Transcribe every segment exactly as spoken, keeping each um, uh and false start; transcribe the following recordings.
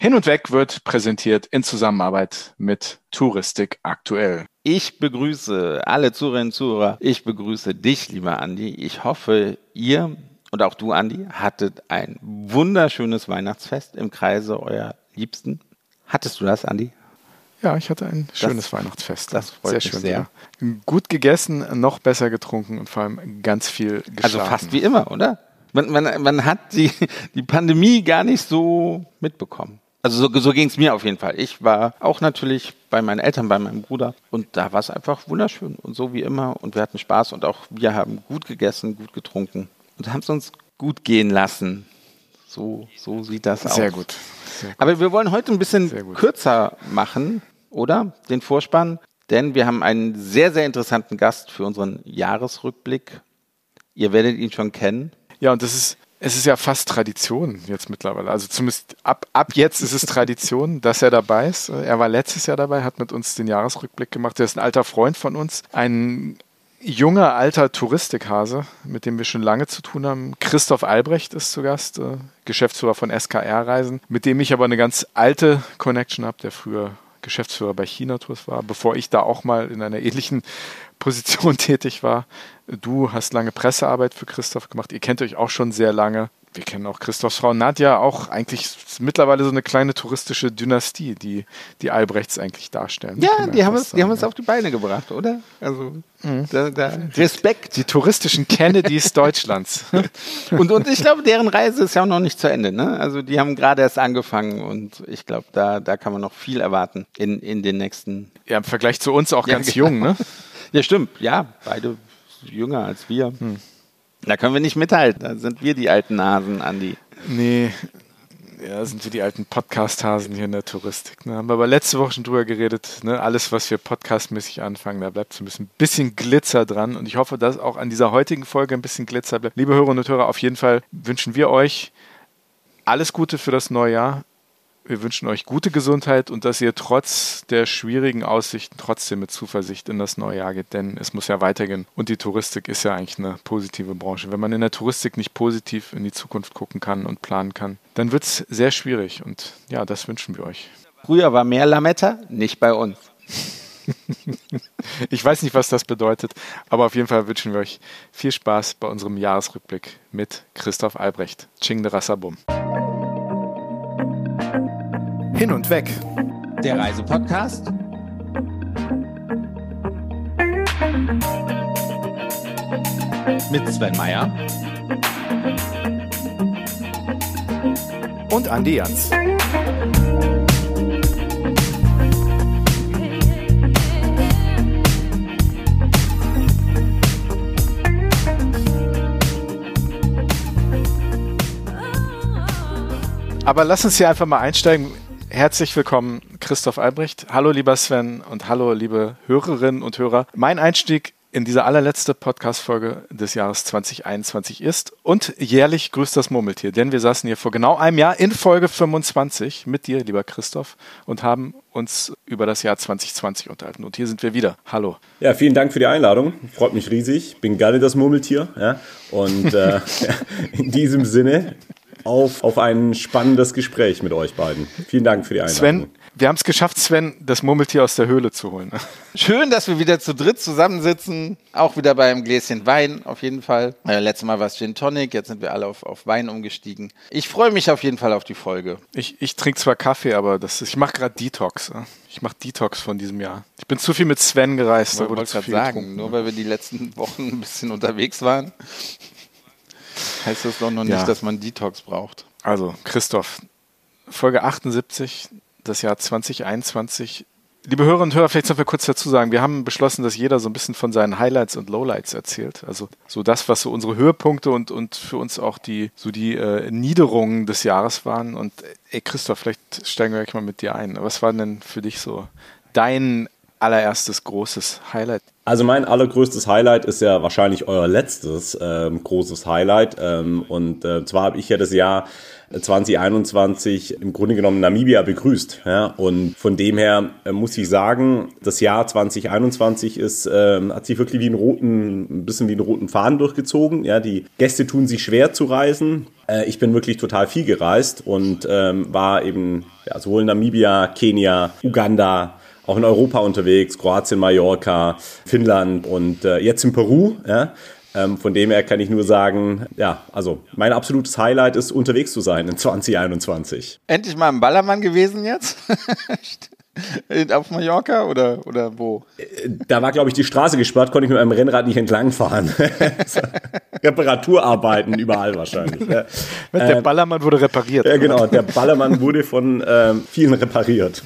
Hin und Weg wird präsentiert in Zusammenarbeit mit Touristik aktuell. Ich begrüße alle Zuhörerinnen und Zuhörer. Ich begrüße dich, lieber Andi. Ich hoffe, ihr und auch du, Andi, hattet ein wunderschönes Weihnachtsfest im Kreise eurer Liebsten. Hattest du das, Andi? Ja, ich hatte ein schönes das, Weihnachtsfest. Das freut sehr mich schön, sehr. Ja. Gut gegessen, noch besser getrunken und vor allem ganz viel geschlafen. Also fast wie immer, oder? Man, man, man hat die, die Pandemie gar nicht so mitbekommen. Also so, so ging es mir auf jeden Fall. Ich war auch natürlich bei meinen Eltern, bei meinem Bruder und da war es einfach wunderschön und so wie immer und wir hatten Spaß und auch wir haben gut gegessen, gut getrunken und haben es uns gut gehen lassen. So, so sieht das aus. Sehr gut. Sehr gut. Aber wir wollen heute ein bisschen kürzer machen, oder? Den Vorspann, denn wir haben einen sehr, sehr interessanten Gast für unseren Jahresrückblick. Ihr werdet ihn schon kennen. Ja, und das ist Es ist ja fast Tradition jetzt mittlerweile. Also zumindest ab, ab jetzt ist es Tradition, dass er dabei ist. Er war letztes Jahr dabei, hat mit uns den Jahresrückblick gemacht. Er ist ein alter Freund von uns, ein junger, alter Touristikhase, mit dem wir schon lange zu tun haben. Christoph Albrecht ist zu Gast, äh, Geschäftsführer von S K R-Reisen, mit dem ich aber eine ganz alte Connection habe, der früher Geschäftsführer bei China Tours war, bevor ich da auch mal in einer ähnlichen Position tätig war. Du hast lange Pressearbeit für Christoph gemacht. Ihr kennt euch auch schon sehr lange. Wir kennen auch Christophs Frau Nadja, auch eigentlich mittlerweile so eine kleine touristische Dynastie, die die Albrechts eigentlich darstellen. Ja, die haben, es, die haben es auf die Beine gebracht, oder? Also mhm. da, da. Respekt. Die touristischen Kennedys Deutschlands. und, und ich glaube, deren Reise ist ja auch noch nicht zu Ende. Ne? Also die haben gerade erst angefangen und ich glaube, da, da kann man noch viel erwarten in, in den nächsten... Ja, im Vergleich zu uns auch ja, ganz jung, ne? Ja, stimmt. Ja, beide jünger als wir. Hm. Da können wir nicht mithalten. Da sind wir die alten Nasen, Andi. Nee, ja, sind wir die alten Podcast-Hasen hier in der Touristik. Ne? Haben wir aber letzte Woche schon drüber geredet. Ne? Alles, was wir podcastmäßig anfangen, da bleibt so ein bisschen, bisschen Glitzer dran. Und ich hoffe, dass auch an dieser heutigen Folge ein bisschen Glitzer bleibt. Liebe Hörerinnen und Hörer, auf jeden Fall wünschen wir euch alles Gute für das neue Jahr. Wir wünschen euch gute Gesundheit und dass ihr trotz der schwierigen Aussichten trotzdem mit Zuversicht in das neue Jahr geht, denn es muss ja weitergehen. Und die Touristik ist ja eigentlich eine positive Branche. Wenn man in der Touristik nicht positiv in die Zukunft gucken kann und planen kann, dann wird es sehr schwierig. Und ja, das wünschen wir euch. Früher war mehr Lametta, nicht bei uns. Ich weiß nicht, was das bedeutet, aber auf jeden Fall wünschen wir euch viel Spaß bei unserem Jahresrückblick mit Christoph Albrecht. Ching de Rassabum. Hin und Weg. Der Reisepodcast. Mit Sven Meyer. Und Andi Jans. Aber lass uns hier einfach mal einsteigen. Herzlich willkommen, Christoph Albrecht. Hallo, lieber Sven und hallo, liebe Hörerinnen und Hörer. Mein Einstieg in diese allerletzte Podcast-Folge des Jahres zwanzig einundzwanzig ist und jährlich grüßt das Murmeltier, denn wir saßen hier vor genau einem Jahr in Folge fünfundzwanzig mit dir, lieber Christoph, und haben uns über das Jahr zwanzig zwanzig unterhalten. Und hier sind wir wieder. Hallo. Ja, vielen Dank für die Einladung. Freut mich riesig. Bin gerne das Murmeltier. Ja? Und äh, in diesem Sinne... Auf, auf ein spannendes Gespräch mit euch beiden. Vielen Dank für die Einladung. Sven, wir haben es geschafft, Sven, das Murmeltier aus der Höhle zu holen. Schön, dass wir wieder zu dritt zusammensitzen. Auch wieder bei einem Gläschen Wein, auf jeden Fall. Äh, letztes Mal war es Gin Tonic, jetzt sind wir alle auf, auf Wein umgestiegen. Ich freue mich auf jeden Fall auf die Folge. Ich, ich trinke zwar Kaffee, aber das ist, ich mache gerade Detox. Ich mache Detox von diesem Jahr. Ich bin zu viel mit Sven gereist. Ich wollte gerade sagen, getrunken. Nur weil wir die letzten Wochen ein bisschen unterwegs waren. Heißt das doch noch nicht, ja. dass man Detox braucht. Also, Christoph, Folge achtundsiebzig, das Jahr zwanzig einundzwanzig. Liebe Hörer und Hörer, vielleicht sollen wir kurz dazu sagen, wir haben beschlossen, dass jeder so ein bisschen von seinen Highlights und Lowlights erzählt. Also so das, was so unsere Höhepunkte und, und für uns auch die so die äh, Niederungen des Jahres waren. Und ey Christoph, vielleicht steigen wir gleich mal mit dir ein. Was war denn für dich so dein allererstes großes Highlight? Also mein allergrößtes Highlight ist ja wahrscheinlich euer letztes ähm, großes Highlight. Ähm, und äh, zwar habe ich ja das Jahr zwanzig einundzwanzig im Grunde genommen Namibia begrüßt. Ja? Und von dem her äh, muss ich sagen, das Jahr zwanzig einundzwanzig ist, äh, hat sich wirklich wie einen roten, ein bisschen wie einen roten Faden durchgezogen. Ja? Die Gäste tun sich schwer zu reisen. Äh, ich bin wirklich total viel gereist und ähm, war eben ja, sowohl in Namibia, Kenia, Uganda, auch in Europa unterwegs, Kroatien, Mallorca, Finnland und äh, jetzt in Peru. Ja? Ähm, von dem her kann ich nur sagen, ja, also mein absolutes Highlight ist, unterwegs zu sein in zwanzig einundzwanzig. Endlich mal im Ballermann gewesen jetzt? Auf Mallorca oder, oder wo? Da war, glaube ich, die Straße gesperrt, konnte ich mit meinem Rennrad nicht entlangfahren. Reparaturarbeiten überall wahrscheinlich. Ja. Der ähm, Ballermann wurde repariert. Ja, genau, der Ballermann wurde von ähm, vielen repariert.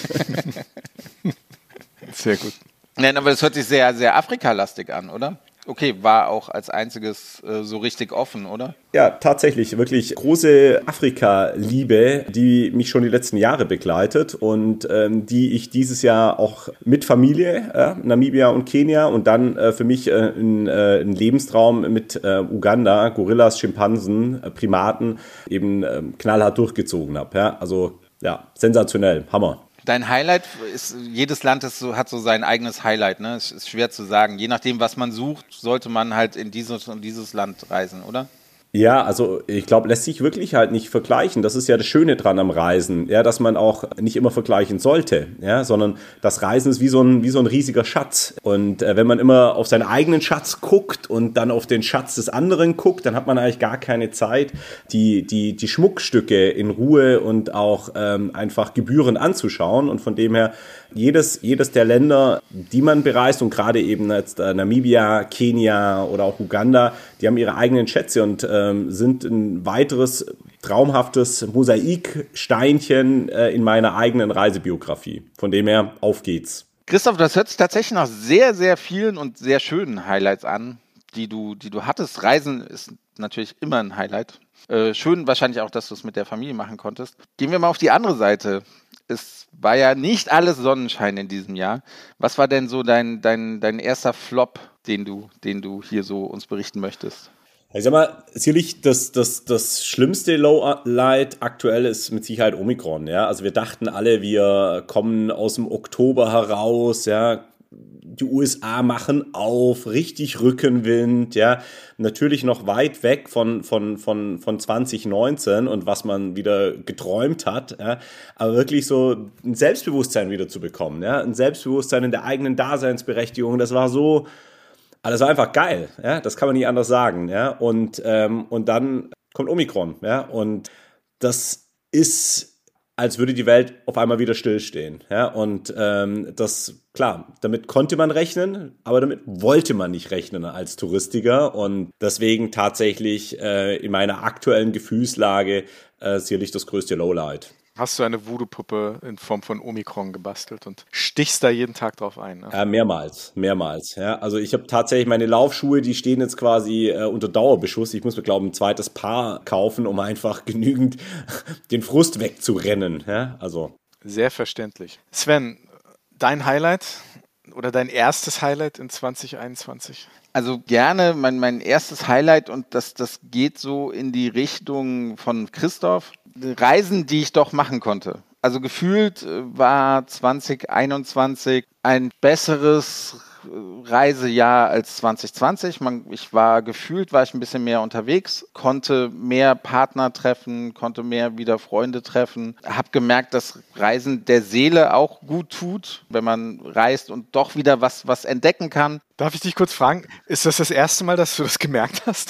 Sehr gut. Nein, aber das hört sich sehr, sehr Afrika-lastig an, oder? Okay, war auch als einziges äh, so richtig offen, oder? Ja, tatsächlich. Wirklich große Afrika-Liebe, die mich schon die letzten Jahre begleitet und ähm, die ich dieses Jahr auch mit Familie, äh, Namibia und Kenia und dann äh, für mich äh, ein, äh, ein Lebenstraum mit äh, Uganda, Gorillas, Schimpansen, äh, Primaten eben äh, knallhart durchgezogen habe. Ja? Also ja, sensationell, Hammer. Dein Highlight ist, jedes Land ist so, hat so sein eigenes Highlight, ne? Es ist schwer zu sagen. Je nachdem, was man sucht, sollte man halt in dieses, in dieses Land reisen, oder? Ja, also ich glaube, lässt sich wirklich halt nicht vergleichen. Das ist ja das Schöne dran am Reisen, ja, dass man auch nicht immer vergleichen sollte, ja, sondern das Reisen ist wie so ein, wie so ein riesiger Schatz. Und äh, wenn man immer auf seinen eigenen Schatz guckt und dann auf den Schatz des anderen guckt, dann hat man eigentlich gar keine Zeit, die, die, die Schmuckstücke in Ruhe und auch ähm, einfach gebührend anzuschauen. Und von dem her, jedes, jedes der Länder, die man bereist und gerade eben jetzt äh, Namibia, Kenia oder auch Uganda, die haben ihre eigenen Schätze und äh, sind ein weiteres traumhaftes Mosaiksteinchen äh, in meiner eigenen Reisebiografie. Von dem her, auf geht's. Christoph, das hört sich tatsächlich nach sehr, sehr vielen und sehr schönen Highlights an, die du, die du hattest. Reisen ist natürlich immer ein Highlight. Äh, schön wahrscheinlich auch, dass du es mit der Familie machen konntest. Gehen wir mal auf die andere Seite. Es war ja nicht alles Sonnenschein in diesem Jahr. Was war denn so dein, dein, dein erster Flop, den du, den du hier so uns berichten möchtest? Ich sag mal, sicherlich das, das, das schlimmste Lowlight aktuell ist mit Sicherheit Omikron. Ja? Also wir dachten alle, wir kommen aus dem Oktober heraus, ja, die U S A machen auf, richtig Rückenwind, ja, natürlich noch weit weg von, von, von, von zwanzig neunzehn und was man wieder geträumt hat, ja, aber wirklich so ein Selbstbewusstsein wieder zu bekommen, ja, ein Selbstbewusstsein in der eigenen Daseinsberechtigung, das war so, das war einfach geil, ja, das kann man nicht anders sagen, ja, und, ähm, und dann kommt Omikron, ja, und das ist, als würde die Welt auf einmal wieder stillstehen, ja, und ähm, das, klar, damit konnte man rechnen, aber damit wollte man nicht rechnen als Touristiker und deswegen tatsächlich äh, in meiner aktuellen Gefühlslage äh, sicherlich das größte Lowlight. Hast du eine Voodoo-Puppe in Form von Omikron gebastelt und stichst da jeden Tag drauf ein? Ne? Ja, mehrmals, mehrmals. Ja. Also ich habe tatsächlich meine Laufschuhe, die stehen jetzt quasi äh, unter Dauerbeschuss. Ich muss mir, glaube ich, ein zweites Paar kaufen, um einfach genügend den Frust wegzurennen. Ja. Also. Sehr verständlich. Sven, dein Highlight oder dein erstes Highlight in zwanzig einundzwanzig? Also gerne mein, mein erstes Highlight und das, das geht so in die Richtung von Christoph. Reisen, die ich doch machen konnte. Also gefühlt war zwanzig einundzwanzig ein besseres Reisejahr als zwanzig zwanzig. Man, ich war gefühlt, war ich ein bisschen mehr unterwegs, konnte mehr Partner treffen, konnte mehr wieder Freunde treffen. Habe gemerkt, dass Reisen der Seele auch gut tut, wenn man reist und doch wieder was, was entdecken kann. Darf ich dich kurz fragen, ist das das erste Mal, dass du das gemerkt hast?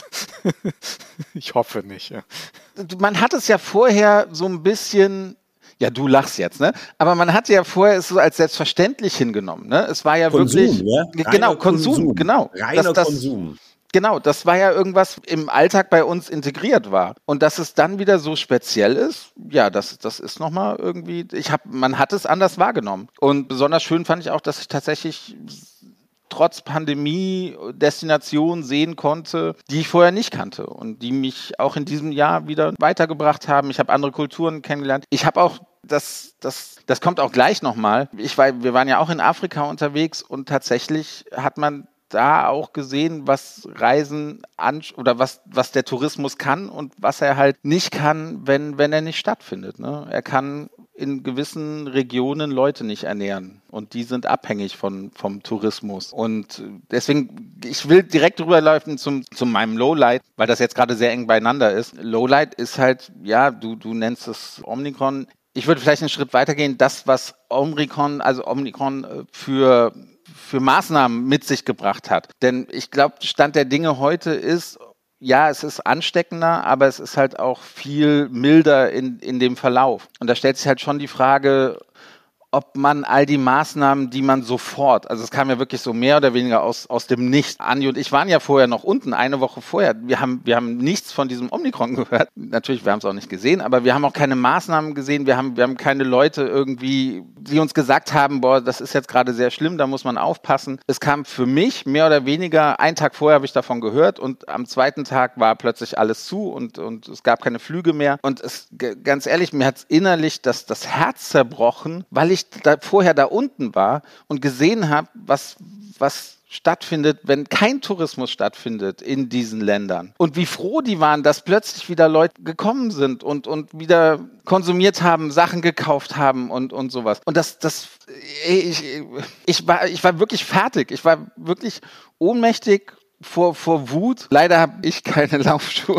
Ich hoffe nicht. Ja. Man hat es ja vorher so ein bisschen... Ja, du lachst jetzt, ne? Aber man hat ja vorher es so als selbstverständlich hingenommen, ne? Es war ja Konsum, wirklich... Ja? Genau, Konsum, Konsum, genau. Reiner das, das, Konsum. Genau, das war ja irgendwas im Alltag bei uns integriert war. Und dass es dann wieder so speziell ist, ja, das, das ist nochmal irgendwie... Ich hab, man hat es anders wahrgenommen. Und besonders schön fand ich auch, dass ich tatsächlich... trotz Pandemie Destinationen sehen konnte, die ich vorher nicht kannte und die mich auch in diesem Jahr wieder weitergebracht haben. Ich habe andere Kulturen kennengelernt. Ich habe auch das, das, das kommt auch gleich nochmal. Ich war, wir waren ja auch in Afrika unterwegs und tatsächlich hat man da auch gesehen, was Reisen an oder was, was der Tourismus kann und was er halt nicht kann, wenn, wenn er nicht stattfindet. Ne? Er kann in gewissen Regionen Leute nicht ernähren und die sind abhängig von, vom Tourismus. Und deswegen, ich will direkt rüberlaufen zum, zu meinem Lowlight, weil das jetzt gerade sehr eng beieinander ist. Lowlight ist halt, ja, du, du nennst es Omikron. Ich würde vielleicht einen Schritt weitergehen. Das, was Omikron, also Omikron für für Maßnahmen mit sich gebracht hat. Denn ich glaube, Stand der Dinge heute ist, ja, es ist ansteckender, aber es ist halt auch viel milder in, in dem Verlauf. Und da stellt sich halt schon die Frage, ob man all die Maßnahmen, die man sofort, also es kam ja wirklich so mehr oder weniger aus, aus dem Nichts. Andi und ich waren ja vorher noch unten, eine Woche vorher. Wir haben, wir haben nichts von diesem Omikron gehört. Natürlich, wir haben es auch nicht gesehen, aber wir haben auch keine Maßnahmen gesehen. Wir haben, wir haben keine Leute irgendwie, die uns gesagt haben, boah, das ist jetzt gerade sehr schlimm, da muss man aufpassen. Es kam für mich mehr oder weniger, einen Tag vorher habe ich davon gehört und am zweiten Tag war plötzlich alles zu und, und es gab keine Flüge mehr. Und es, ganz ehrlich, mir hat es innerlich das, das Herz zerbrochen, weil ich da vorher da unten war und gesehen habe, was, was stattfindet, wenn kein Tourismus stattfindet in diesen Ländern. Und wie froh die waren, dass plötzlich wieder Leute gekommen sind und, und wieder konsumiert haben, Sachen gekauft haben und, und sowas. Und das, das, ich, ich war, ich war wirklich fertig. Ich war wirklich ohnmächtig vor, vor Wut. Leider habe ich keine Laufschuhe,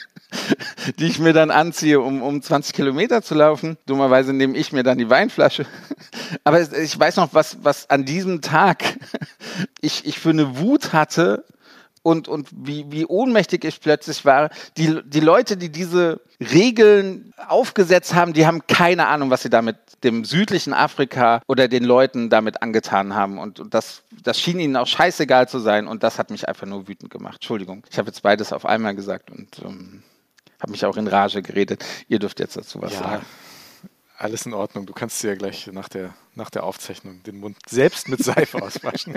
die ich mir dann anziehe, um, um zwanzig Kilometer zu laufen. Dummerweise nehme ich mir dann die Weinflasche. Aber ich weiß noch, was, was an diesem Tag ich, ich für eine Wut hatte und, und wie, wie ohnmächtig ich plötzlich war. Die, die Leute, die diese Regeln aufgesetzt haben, die haben keine Ahnung, was sie damit dem südlichen Afrika oder den Leuten damit angetan haben. Und, und das, das schien ihnen auch scheißegal zu sein. Und das hat mich einfach nur wütend gemacht. Entschuldigung, ich habe jetzt beides auf einmal gesagt und ähm, habe mich auch in Rage geredet. Ihr dürft jetzt dazu was ja, sagen. Alles in Ordnung. Du kannst dir ja gleich nach der, nach der Aufzeichnung den Mund selbst mit Seife auswaschen.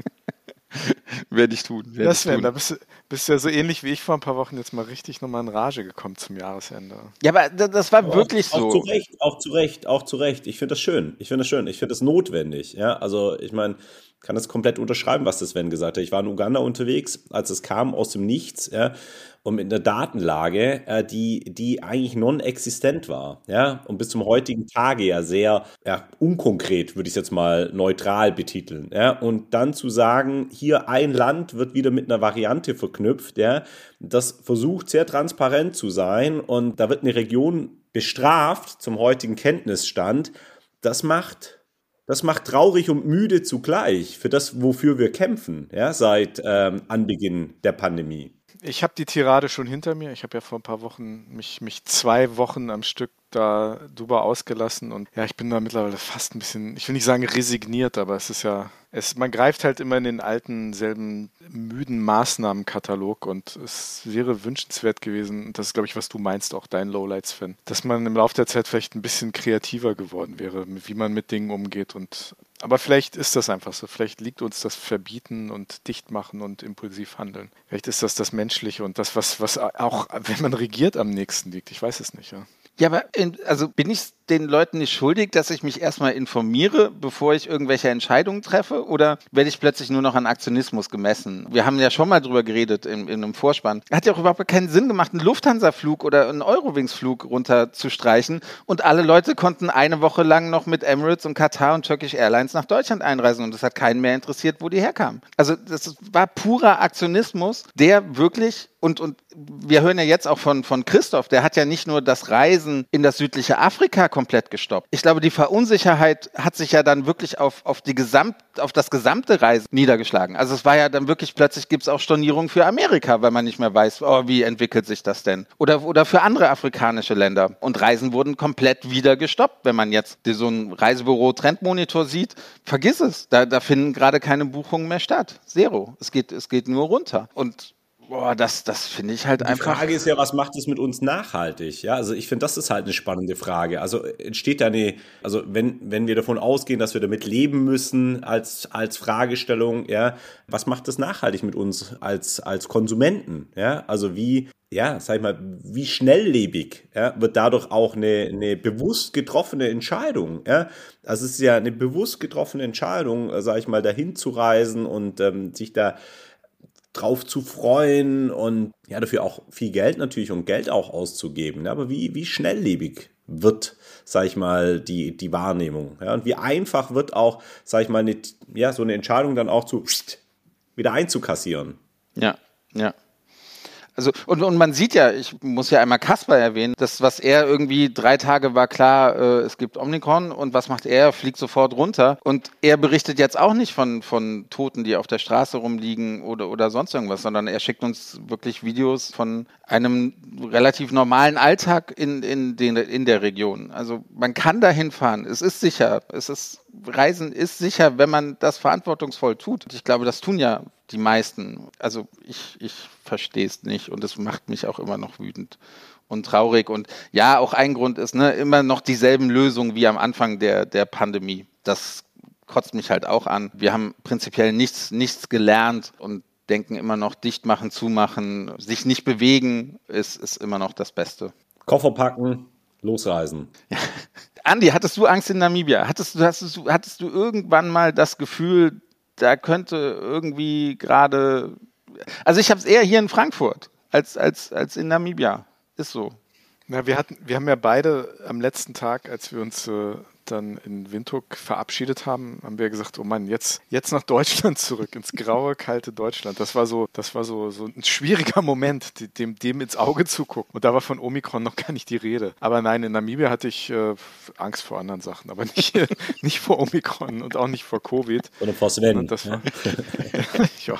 Werde ich tun. Werde das ich wär, tun. Da bist du, bist du ja so ähnlich wie ich vor ein paar Wochen jetzt mal richtig nochmal in Rage gekommen zum Jahresende. Ja, aber das war Aber wirklich auch, so. Auch zu Recht, auch zu Recht, auch zu Recht. Ich finde das schön. Ich finde das schön. Ich finde das notwendig. Ja, also ich meine, kann das komplett unterschreiben, was das Sven gesagt hat. Ich war in Uganda unterwegs, als es kam aus dem Nichts, ja, und mit einer Datenlage, äh, die, die eigentlich non-existent war, ja, und bis zum heutigen Tage ja sehr ja, unkonkret, würde ich es jetzt mal neutral betiteln, ja, und dann zu sagen, hier ein Land wird wieder mit einer Variante verknüpft, ja, das versucht sehr transparent zu sein und da wird eine Region bestraft zum heutigen Kenntnisstand, das macht Das macht traurig und müde zugleich für das, wofür wir kämpfen, ja, seit ähm, Anbeginn der Pandemie. Ich habe die Tirade schon hinter mir. Ich habe ja vor ein paar Wochen mich, mich zwei Wochen am Stück da drüber ausgelassen und ja, ich bin da mittlerweile fast ein bisschen, ich will nicht sagen resigniert, aber es ist ja, es, man greift halt immer in den alten, selben müden Maßnahmenkatalog und es wäre wünschenswert gewesen, und das ist, glaube ich, was du meinst, auch dein Lowlights-Fan, dass man im Laufe der Zeit vielleicht ein bisschen kreativer geworden wäre, wie man mit Dingen umgeht und aber vielleicht ist das einfach so. Vielleicht liegt uns das Verbieten und Dichtmachen und impulsiv handeln. Vielleicht ist das das Menschliche und das, was, was auch, wenn man regiert, am nächsten liegt. Ich weiß es nicht, ja. Ja, aber in, also bin ich den Leuten nicht schuldig, dass ich mich erstmal informiere, bevor ich irgendwelche Entscheidungen treffe? Oder werde ich plötzlich nur noch an Aktionismus gemessen? Wir haben ja schon mal drüber geredet in, in einem Vorspann. Hat ja auch überhaupt keinen Sinn gemacht, einen Lufthansa-Flug oder einen Eurowings-Flug runterzustreichen und alle Leute konnten eine Woche lang noch mit Emirates und Katar und Turkish Airlines nach Deutschland einreisen und es hat keinen mehr interessiert, wo die herkamen. Also das war purer Aktionismus, der wirklich Und, und wir hören ja jetzt auch von, von Christoph, der hat ja nicht nur das Reisen in das südliche Afrika komplett gestoppt. Ich glaube, die Verunsicherheit hat sich ja dann wirklich auf, auf, die Gesamt, auf das gesamte Reisen niedergeschlagen. Also es war ja dann wirklich, plötzlich gibt es auch Stornierungen für Amerika, weil man nicht mehr weiß, oh, wie entwickelt sich das denn? Oder, oder für andere afrikanische Länder. Und Reisen wurden komplett wieder gestoppt. Wenn man jetzt so ein Reisebüro-Trendmonitor sieht, vergiss es. Da, da finden gerade keine Buchungen mehr statt. Zero. Es geht, es geht nur runter. Und Boah, das, das finde ich halt Die einfach. Die Frage ist ja, was macht es mit uns nachhaltig? Ja, also ich finde, das ist halt eine spannende Frage. Also entsteht da eine, also wenn, wenn wir davon ausgehen, dass wir damit leben müssen als, als Fragestellung, ja, was macht das nachhaltig mit uns als, als Konsumenten? Ja, also wie, ja, sag ich mal, wie schnelllebig, ja, wird dadurch auch eine, eine bewusst getroffene Entscheidung, ja? Also es ist ja eine bewusst getroffene Entscheidung, sag ich mal, dahin zu reisen und ähm, sich da drauf zu freuen und ja, dafür auch viel Geld natürlich und Geld auch auszugeben. Aber wie, wie schnelllebig wird, sag ich mal, die, die Wahrnehmung. Ja? Und wie einfach wird auch, sag ich mal, eine, ja, so eine Entscheidung dann auch zu wieder einzukassieren. Ja, ja. Also, und, und man sieht ja, ich muss ja einmal Kasper erwähnen, das, was er irgendwie drei Tage war klar, äh, es gibt Omikron und was macht er? Fliegt sofort runter. Und er berichtet jetzt auch nicht von, von Toten, die auf der Straße rumliegen oder, oder sonst irgendwas, sondern er schickt uns wirklich Videos von einem relativ normalen Alltag in, in, den, in der Region. Also man kann dahin fahren, es ist sicher, es ist, Reisen ist sicher, wenn man das verantwortungsvoll tut. Ich glaube, das tun ja die meisten. Also ich, ich verstehe es nicht und es macht mich auch immer noch wütend und traurig. Und ja, auch ein Grund ist, ne, immer noch dieselben Lösungen wie am Anfang der, der Pandemie. Das kotzt mich halt auch an. Wir haben prinzipiell nichts, nichts gelernt und denken immer noch, dicht machen, zumachen, sich nicht bewegen, ist, ist immer noch das Beste. Koffer packen, losreisen. Ja. Andi, hattest du Angst in Namibia? Hattest du, hattest du, hattest du irgendwann mal das Gefühl, da könnte irgendwie gerade, also ich habe es eher hier in Frankfurt als, als, als in Namibia. Ist so. Na, wir hatten, wir haben ja beide am letzten Tag, als wir uns äh, dann in Windhoek verabschiedet haben, haben wir gesagt, oh Mann, jetzt, jetzt nach Deutschland zurück, ins graue, kalte Deutschland. Das war so, das war so, so ein schwieriger Moment, dem, dem ins Auge zu gucken. Und da war von Omikron noch gar nicht die Rede. Aber nein, in Namibia hatte ich äh, Angst vor anderen Sachen, aber nicht, nicht vor Omikron und auch nicht vor Covid. Oder vor Sven. Und das war, ja,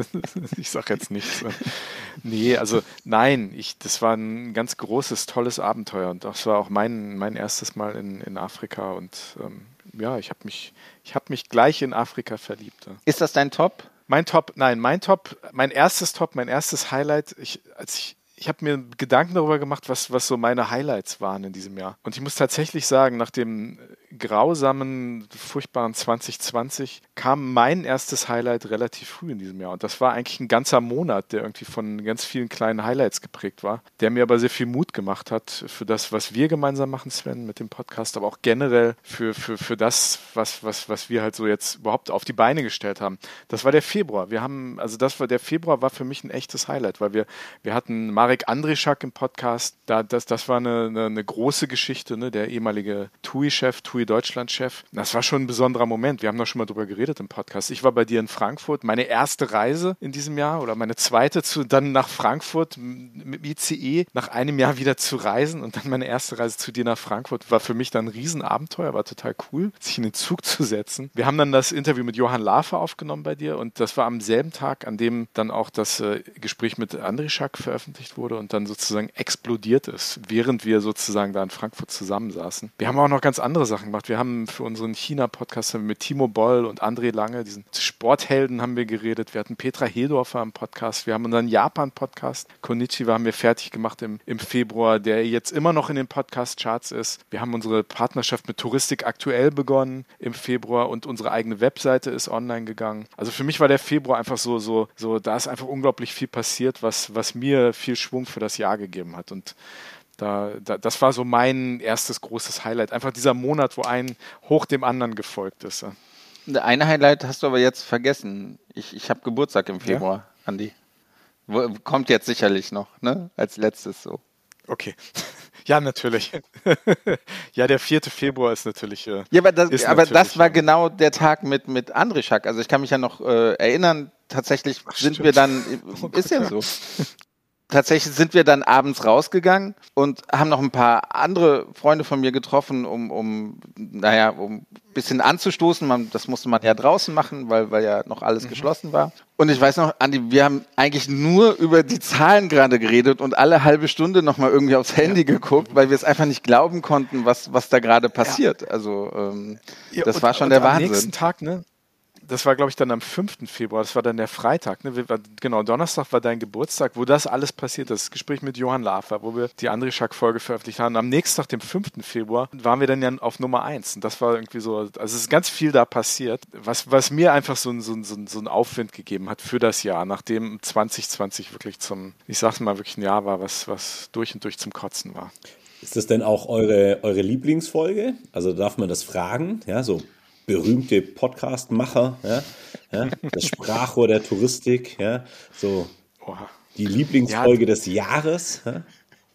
ich sag jetzt nichts. Nee, also nein, ich, das war ein ganz großes, tolles Abenteuer und das war auch mein, mein erstes Mal in, in Afrika und ähm, ja, ich habe mich, ich habe mich gleich in Afrika verliebt. Ist das dein Top? Mein Top, nein, mein Top, mein erstes Top, mein erstes Highlight, ich, als ich Ich habe mir Gedanken darüber gemacht, was, was so meine Highlights waren in diesem Jahr. Und ich muss tatsächlich sagen, nach dem grausamen, furchtbaren zwanzig zwanzig kam mein erstes Highlight relativ früh in diesem Jahr. Und das war eigentlich ein ganzer Monat, der irgendwie von ganz vielen kleinen Highlights geprägt war, der mir aber sehr viel Mut gemacht hat für das, was wir gemeinsam machen, Sven, mit dem Podcast, aber auch generell für, für, für das, was, was, was wir halt so jetzt überhaupt auf die Beine gestellt haben. Das war der Februar. Wir haben, also das war, der Februar war für mich ein echtes Highlight, weil wir, wir hatten Marek Andrischak im Podcast, da, das, das war eine, eine, eine große Geschichte, ne? Der ehemalige T U I-Chef, T U I-Deutschland-Chef. Das war schon ein besonderer Moment. Wir haben da schon mal drüber geredet im Podcast. Ich war bei dir in Frankfurt, meine erste Reise in diesem Jahr oder meine zweite, zu, dann nach Frankfurt mit dem I C E, nach einem Jahr wieder zu reisen und dann meine erste Reise zu dir nach Frankfurt, war für mich dann ein Riesenabenteuer, war total cool, sich in den Zug zu setzen. Wir haben dann das Interview mit Johann Lafer aufgenommen bei dir und das war am selben Tag, an dem dann auch das äh, Gespräch mit Andrischak veröffentlicht wurde und dann sozusagen explodiert ist, während wir sozusagen da in Frankfurt zusammensaßen. Wir haben auch noch ganz andere Sachen gemacht. Wir haben für unseren China-Podcast mit Timo Boll und André Lange, diesen Sporthelden, haben wir geredet. Wir hatten Petra Hedorfer im Podcast. Wir haben unseren Japan-Podcast, Konnichiwa, haben wir fertig gemacht im, im Februar, der jetzt immer noch in den Podcast-Charts ist. Wir haben unsere Partnerschaft mit Touristik aktuell begonnen im Februar und unsere eigene Webseite ist online gegangen. Also für mich war der Februar einfach so, so, so, da ist einfach unglaublich viel passiert, was, was mir viel Schwung für das Jahr gegeben hat. Und da, da, das war so mein erstes großes Highlight. Einfach dieser Monat, wo ein hoch dem anderen gefolgt ist. Ein Highlight hast du aber jetzt vergessen. Ich, ich habe Geburtstag im Februar, ja? Andi. Kommt jetzt sicherlich noch, ne? Als letztes so. Okay. Ja, natürlich. Ja, der vierte Februar ist natürlich. Äh, ja, aber das, aber natürlich, das war genau der Tag mit, mit Andrischak. Also ich kann mich ja noch äh, erinnern, tatsächlich Ach, sind stimmt. wir dann, oh, ist ja so. Tatsächlich sind wir dann abends rausgegangen und haben noch ein paar andere Freunde von mir getroffen, um, um naja, um ein bisschen anzustoßen. Man, das musste man ja draußen machen, weil, weil ja noch alles mhm. geschlossen war. Und ich weiß noch, Andi, wir haben eigentlich nur über die Zahlen gerade geredet und alle halbe Stunde nochmal irgendwie aufs Handy ja. geguckt, weil wir es einfach nicht glauben konnten, was, was da gerade passiert. Ja. Also ähm, ja, das und, war schon der Wahnsinn. Am nächsten Tag, ne? das war, glaube ich, dann am fünften Februar, das war dann der Freitag, ne? Wir, genau, Donnerstag war dein Geburtstag, wo das alles passiert ist, das Gespräch mit Johann Lafer, wo wir die Andrischak-Folge veröffentlicht haben. Am nächsten Tag, dem fünften Februar, waren wir dann ja auf Nummer eins und das war irgendwie so, also es ist ganz viel da passiert, was, was mir einfach so, so, so, so einen Aufwind gegeben hat für das Jahr, nachdem zwanzig zwanzig wirklich zum, ich sag's mal, wirklich ein Jahr war, was, was durch und durch zum Kotzen war. Ist das denn auch eure, eure Lieblingsfolge? Also darf man das fragen? Ja, so berühmte Podcast-Macher, ja, ja, das Sprachrohr der Touristik, ja, so Oha. die Lieblingsfolge Ja, des Jahres. Ja?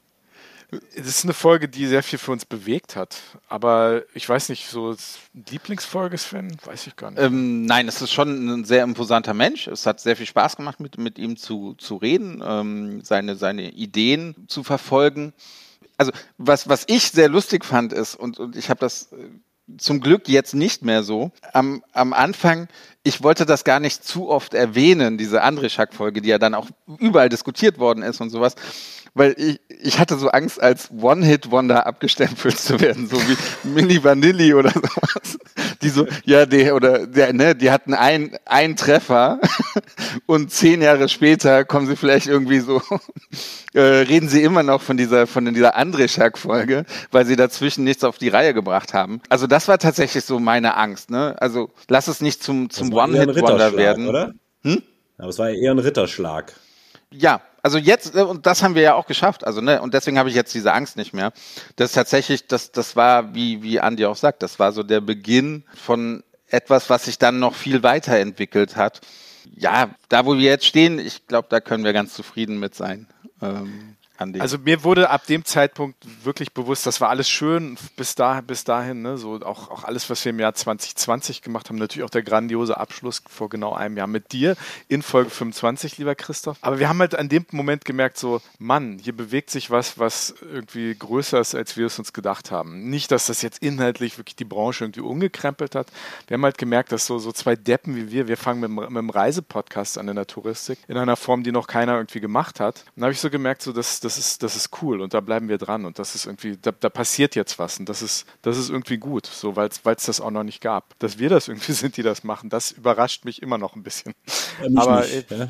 das ist eine Folge, die sehr viel für uns bewegt hat. Aber ich weiß nicht, so Lieblingsfolge, Sven, weiß ich gar nicht. Ähm, nein, es ist schon ein sehr imposanter Mensch. Es hat sehr viel Spaß gemacht, mit, mit ihm zu, zu reden, ähm, seine, seine Ideen zu verfolgen. Also was, was ich sehr lustig fand ist, und, und ich habe das zum Glück jetzt nicht mehr so, am, am Anfang, ich wollte das gar nicht zu oft erwähnen, diese Andrischak-Folge, die ja dann auch überall diskutiert worden ist und sowas, weil ich, ich hatte so Angst, als One-Hit-Wonder abgestempelt zu werden, so wie Milli Vanilli oder sowas. Die so, ja, der oder der, ne, die hatten ein, einen Treffer und zehn Jahre später kommen sie vielleicht irgendwie so, äh, reden sie immer noch von dieser, von dieser Andrischak-Folge, weil sie dazwischen nichts auf die Reihe gebracht haben. Also das war tatsächlich so meine Angst, ne? Also lass es nicht zum, zum One-Hit-Wonder werden. Oder? Hm? Aber es war ja eher ein Ritterschlag. Ja, also jetzt, und das haben wir ja auch geschafft, also, ne, und deswegen habe ich jetzt diese Angst nicht mehr. Das ist tatsächlich, das, das war, wie, wie Andi auch sagt, das war so der Beginn von etwas, was sich dann noch viel weiterentwickelt hat. Ja, da wo wir jetzt stehen, ich glaube, da können wir ganz zufrieden mit sein. Ähm, Andi. Also mir wurde ab dem Zeitpunkt wirklich bewusst, das war alles schön bis, da, bis dahin, ne? So auch, auch alles, was wir im Jahr zwanzig zwanzig gemacht haben, natürlich auch der grandiose Abschluss vor genau einem Jahr mit dir in Folge fünfundzwanzig, lieber Christoph. Aber wir haben halt an dem Moment gemerkt, so, Mann, hier bewegt sich was, was irgendwie größer ist, als wir es uns gedacht haben. Nicht, dass das jetzt inhaltlich wirklich die Branche irgendwie umgekrempelt hat. Wir haben halt gemerkt, dass so, so zwei Deppen wie wir, wir fangen mit, mit einem Reisepodcast an in der Touristik, in einer Form, die noch keiner irgendwie gemacht hat. Und da habe ich so gemerkt, so, dass das ist, das ist cool und da bleiben wir dran und das ist irgendwie, da, da passiert jetzt was und das ist, das ist irgendwie gut, so, weil es das auch noch nicht gab. Dass wir das irgendwie sind, die das machen, das überrascht mich immer noch ein bisschen. Ja, mich Aber nicht, ja.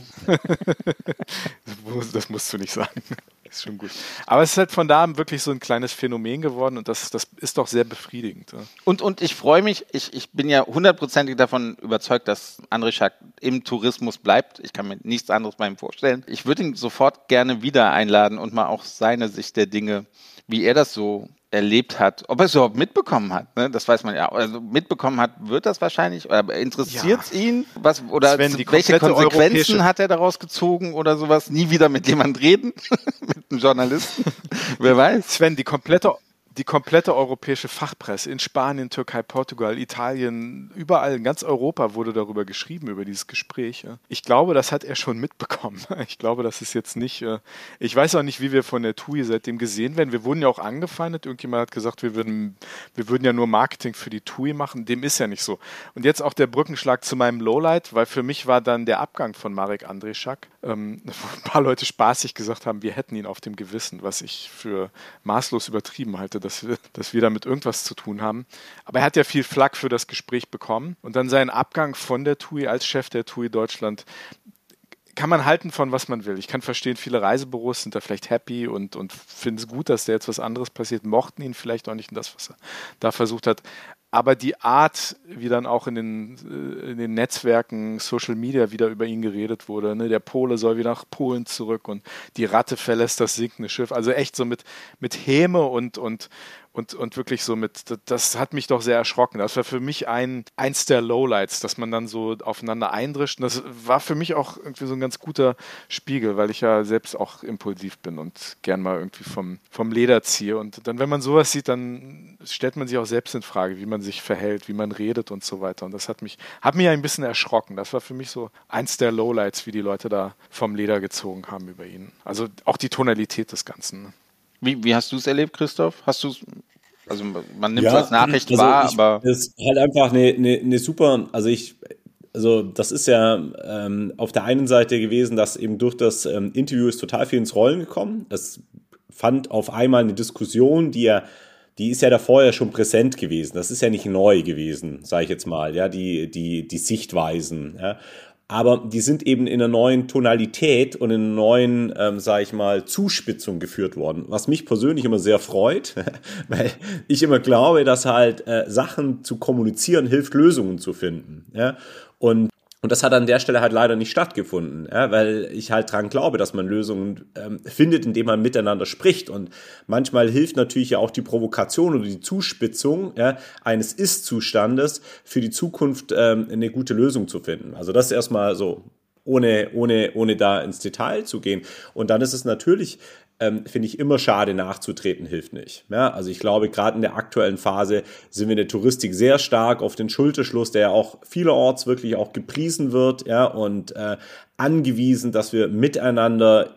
das musst du nicht sagen. Ist schon gut. Aber es ist halt von da an wirklich so ein kleines Phänomen geworden und das, das ist doch sehr befriedigend. Ja. Und, und ich freue mich, ich, ich bin ja hundertprozentig davon überzeugt, dass Andrischak im Tourismus bleibt. Ich kann mir nichts anderes bei ihm vorstellen. Ich würde ihn sofort gerne wieder einladen und mal auch seine Sicht der Dinge, wie er das so erlebt hat, ob er es überhaupt mitbekommen hat, ne? Das weiß man ja. Also mitbekommen hat, wird das wahrscheinlich, aber interessiert es ja. ihn? Was, oder Sven, zu, welche Konsequenzen hat er daraus gezogen oder sowas? Nie wieder mit jemand reden? Mit einem Journalisten? Wer weiß? Sven, die komplette Die komplette europäische Fachpresse in Spanien, Türkei, Portugal, Italien, überall in ganz Europa wurde darüber geschrieben, über dieses Gespräch. Ich glaube, das hat er schon mitbekommen. Ich glaube, das ist jetzt nicht, ich weiß auch nicht, wie wir von der T U I seitdem gesehen werden. Wir wurden ja auch angefeindet. Irgendjemand hat gesagt, wir würden, wir würden ja nur Marketing für die T U I machen. Dem ist ja nicht so. Und jetzt auch der Brückenschlag zu meinem Lowlight, weil für mich war dann der Abgang von Marek Andrischak, ähm, wo ein paar Leute spaßig gesagt haben, wir hätten ihn auf dem Gewissen, was ich für maßlos übertrieben halte, dass wir, dass wir damit irgendwas zu tun haben. Aber er hat ja viel Flack für das Gespräch bekommen. Und dann sein Abgang von der T U I als Chef der T U I Deutschland kann man halten von, was man will. Ich kann verstehen, viele Reisebüros sind da vielleicht happy und, und finden es gut, dass da jetzt was anderes passiert, mochten ihn vielleicht auch nicht in das, was er da versucht hat. Aber die Art, wie dann auch in den, in den Netzwerken, Social Media wieder über ihn geredet wurde, ne, der Pole soll wieder nach Polen zurück und die Ratte verlässt das sinkende Schiff. Also echt so mit, mit Häme und, und, und, und wirklich so mit, das hat mich doch sehr erschrocken. Das war für mich ein, eins der Lowlights, dass man dann so aufeinander eindrischt. Und das war für mich auch irgendwie so ein ganz guter Spiegel, weil ich ja selbst auch impulsiv bin und gern mal irgendwie vom, vom Leder ziehe. Und dann, wenn man sowas sieht, dann stellt man sich auch selbst in Frage, wie man sich verhält, wie man redet und so weiter. Und das hat mich, hat mich ein bisschen erschrocken. Das war für mich so eins der Lowlights, wie die Leute da vom Leder gezogen haben über ihn. Also auch die Tonalität des Ganzen. Ne? Wie, wie hast du es erlebt, Christoph? Hast du es, also man nimmt es ja, als Nachricht also wahr, ich, aber... Das ist halt einfach eine, eine, eine super, also ich, also das ist ja ähm, auf der einen Seite gewesen, dass eben durch das ähm, Interview ist total viel ins Rollen gekommen. Es fand auf einmal eine Diskussion, die ja die ist ja davor ja schon präsent gewesen. Das ist ja nicht neu gewesen, sage ich jetzt mal, ja, die, die, die Sichtweisen, ja. Aber die sind eben in einer neuen Tonalität und in einer neuen, ähm, sage ich mal, Zuspitzung geführt worden. Was mich persönlich immer sehr freut, weil ich immer glaube, dass halt äh, Sachen zu kommunizieren hilft, Lösungen zu finden. Ja? Und Und das hat an der Stelle halt leider nicht stattgefunden, ja, weil ich halt dran glaube, dass man Lösungen ähm, findet, indem man miteinander spricht. Und manchmal hilft natürlich ja auch die Provokation oder die Zuspitzung ja, eines Ist-Zustandes für die Zukunft ähm, eine gute Lösung zu finden. Also das erstmal so, ohne, ohne, ohne da ins Detail zu gehen. Und dann ist es natürlich, ähm, finde ich, immer schade, nachzutreten hilft nicht. Ja, also ich glaube, gerade in der aktuellen Phase sind wir in der Touristik sehr stark auf den Schulterschluss, der ja auch vielerorts wirklich auch gepriesen wird, ja, und äh, angewiesen, dass wir miteinander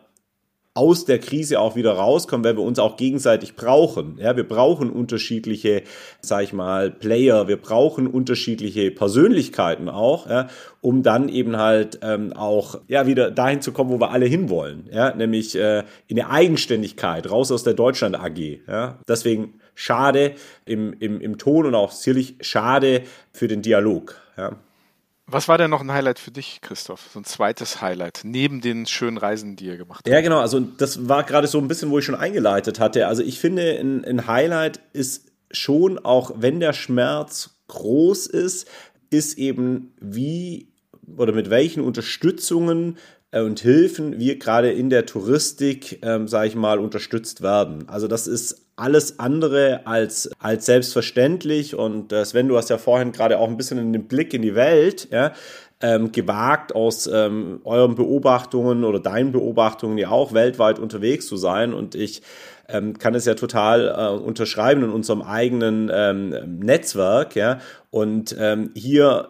aus der Krise auch wieder rauskommen, weil wir uns auch gegenseitig brauchen. Ja, wir brauchen unterschiedliche, sag ich mal, Player, wir brauchen unterschiedliche Persönlichkeiten auch, ja, um dann eben halt ähm, auch ja wieder dahin zu kommen, wo wir alle hinwollen, ja, nämlich äh, in der Eigenständigkeit, raus aus der Deutschland A G. Ja. Deswegen schade im, im, im Ton und auch sicherlich schade für den Dialog. Ja. Was war denn noch ein Highlight für dich, Christoph? So ein zweites Highlight, neben den schönen Reisen, die ihr gemacht habt? Ja, genau. Also das war gerade so ein bisschen, wo ich schon eingeleitet hatte. Also ich finde, ein, ein Highlight ist schon, auch wenn der Schmerz groß ist, ist eben wie oder mit welchen Unterstützungen und Hilfen wir gerade in der Touristik, ähm, sage ich mal, unterstützt werden. Also das ist alles andere als, als selbstverständlich. Und äh, Sven, du hast ja vorhin gerade auch ein bisschen einen Blick in die Welt ja, ähm, gewagt, aus ähm, euren Beobachtungen oder deinen Beobachtungen ja auch weltweit unterwegs zu sein. Und ich ähm, kann es ja total äh, unterschreiben in unserem eigenen ähm, Netzwerk. Ja. Und ähm, hier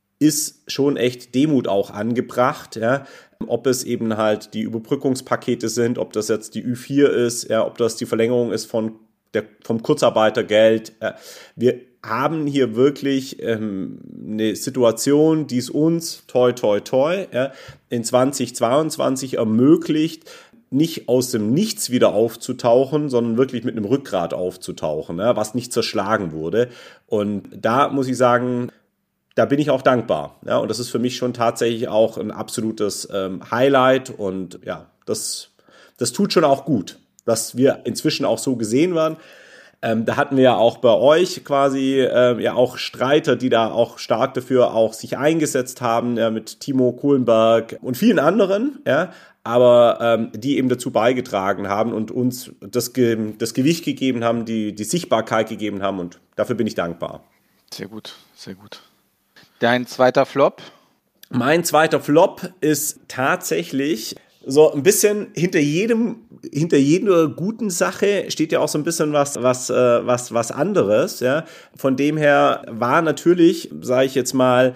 ist schon echt Demut auch angebracht, ja. Ob es eben halt die Überbrückungspakete sind, ob das jetzt die Ü vier ist, ja, ob das die Verlängerung ist von der, vom Kurzarbeitergeld. Ja. Wir haben hier wirklich ähm, eine Situation, die es uns, toi, toi, toi, ja, in zweitausendzweiundzwanzig ermöglicht, nicht aus dem Nichts wieder aufzutauchen, sondern wirklich mit einem Rückgrat aufzutauchen, ja, was nicht zerschlagen wurde. Und da muss ich sagen, da bin ich auch dankbar. Ja, und das ist für mich schon tatsächlich auch ein absolutes ähm, Highlight. Und ja, das, das tut schon auch gut, dass wir inzwischen auch so gesehen werden. Ähm, da hatten wir ja auch bei euch quasi ähm, ja auch Streiter, die da auch stark dafür auch sich eingesetzt haben, ja, mit Timo Kohlenberg und vielen anderen, ja, aber ähm, die eben dazu beigetragen haben und uns das, Ge- das Gewicht gegeben haben, die, die Sichtbarkeit gegeben haben. Und dafür bin ich dankbar. Sehr gut, sehr gut. Dein zweiter Flop? Mein zweiter Flop ist tatsächlich so ein bisschen hinter jedem, hinter jeder guten Sache steht ja auch so ein bisschen was, was, äh, was, was anderes, ja. Von dem her war natürlich, sage ich jetzt mal,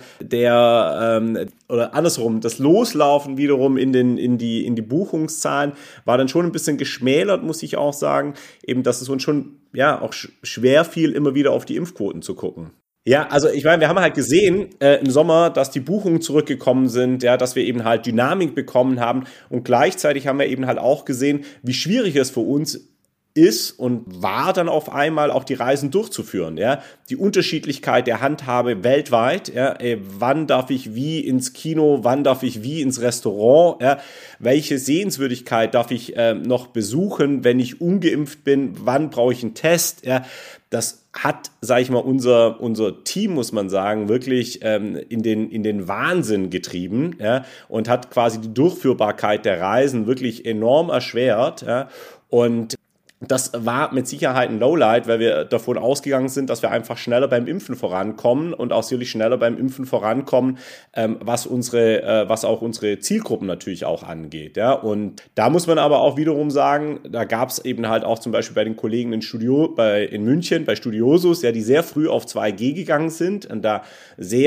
der, ähm, oder andersrum, das Loslaufen wiederum in den, in die, in die Buchungszahlen war dann schon ein bisschen geschmälert, muss ich auch sagen. Eben, dass es uns schon, ja, auch schwer fiel, immer wieder auf die Impfquoten zu gucken. Ja, also ich meine, wir haben halt gesehen äh, im Sommer, dass die Buchungen zurückgekommen sind, ja, dass wir eben halt Dynamik bekommen haben und gleichzeitig haben wir eben halt auch gesehen, wie schwierig es für uns ist und war dann auf einmal auch die Reisen durchzuführen, ja, die Unterschiedlichkeit der Handhabe weltweit, ja, ey, wann darf ich wie ins Kino, wann darf ich wie ins Restaurant, ja, welche Sehenswürdigkeit darf ich äh, noch besuchen, wenn ich ungeimpft bin, wann brauche ich einen Test, ja, das hat, sage ich mal, unser unser Team, muss man sagen, wirklich ähm, in den in den Wahnsinn getrieben, ja, und hat quasi die Durchführbarkeit der Reisen wirklich enorm erschwert, ja, und das war mit Sicherheit ein Lowlight, weil wir davon ausgegangen sind, dass wir einfach schneller beim Impfen vorankommen und auch sicherlich schneller beim Impfen vorankommen, ähm, was unsere, äh, was auch unsere Zielgruppen natürlich auch angeht. Ja, und da muss man aber auch wiederum sagen, da gab es eben halt auch zum Beispiel bei den Kollegen in Studio, bei in München, bei Studiosus, ja, die sehr früh auf zwei G gegangen sind und da sehr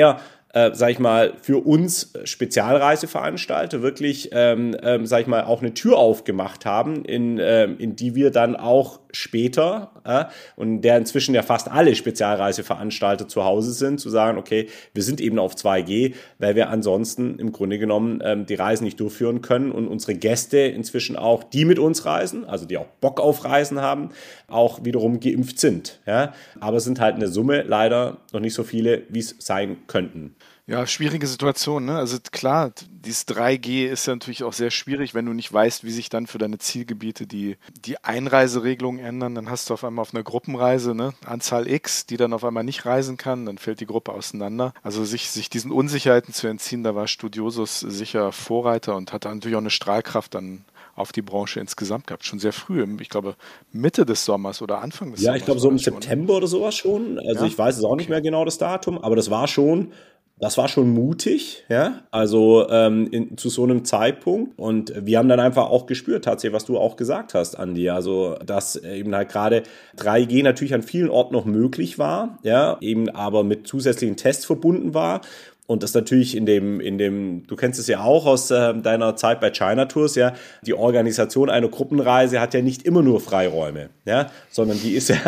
äh, sag ich mal, für uns Spezialreiseveranstalter wirklich, ähm, ähm, sag ich mal, auch eine Tür aufgemacht haben, in, ähm, in die wir dann auch später, äh, und der inzwischen ja fast alle Spezialreiseveranstalter zu Hause sind, zu sagen, okay, wir sind eben auf zwei G, weil wir ansonsten im Grunde genommen ähm, die Reisen nicht durchführen können und unsere Gäste inzwischen auch, die mit uns reisen, also die auch Bock auf Reisen haben, auch wiederum geimpft sind. Ja? Aber es sind halt eine Summe leider noch nicht so viele, wie es sein könnten. Ja, schwierige Situation, ne? Also klar, dieses drei G ist ja natürlich auch sehr schwierig, wenn du nicht weißt, wie sich dann für deine Zielgebiete die, die Einreiseregelungen ändern. Dann hast du auf einmal auf einer Gruppenreise, ne, Anzahl X, die dann auf einmal nicht reisen kann, dann fällt die Gruppe auseinander. Also sich, sich diesen Unsicherheiten zu entziehen, da war Studiosus sicher Vorreiter und hatte natürlich auch eine Strahlkraft dann auf die Branche insgesamt gehabt. Schon sehr früh, ich glaube Mitte des Sommers oder Anfang des ja, Sommers. Ja, ich glaube so im schon, September oder sowas schon. Also ja? ich weiß es auch okay. nicht mehr genau das Datum, aber das war schon... Das war schon mutig, ja, also ähm, in, zu so einem Zeitpunkt. Und wir haben dann einfach auch gespürt, tatsächlich, was du auch gesagt hast, Andi. Also, dass eben halt gerade drei G natürlich an vielen Orten noch möglich war, ja, eben aber mit zusätzlichen Tests verbunden war. Und das natürlich in dem, in dem, du kennst es ja auch aus äh, deiner Zeit bei China Tours, ja, die Organisation einer Gruppenreise hat ja nicht immer nur Freiräume, ja, sondern die ist ja...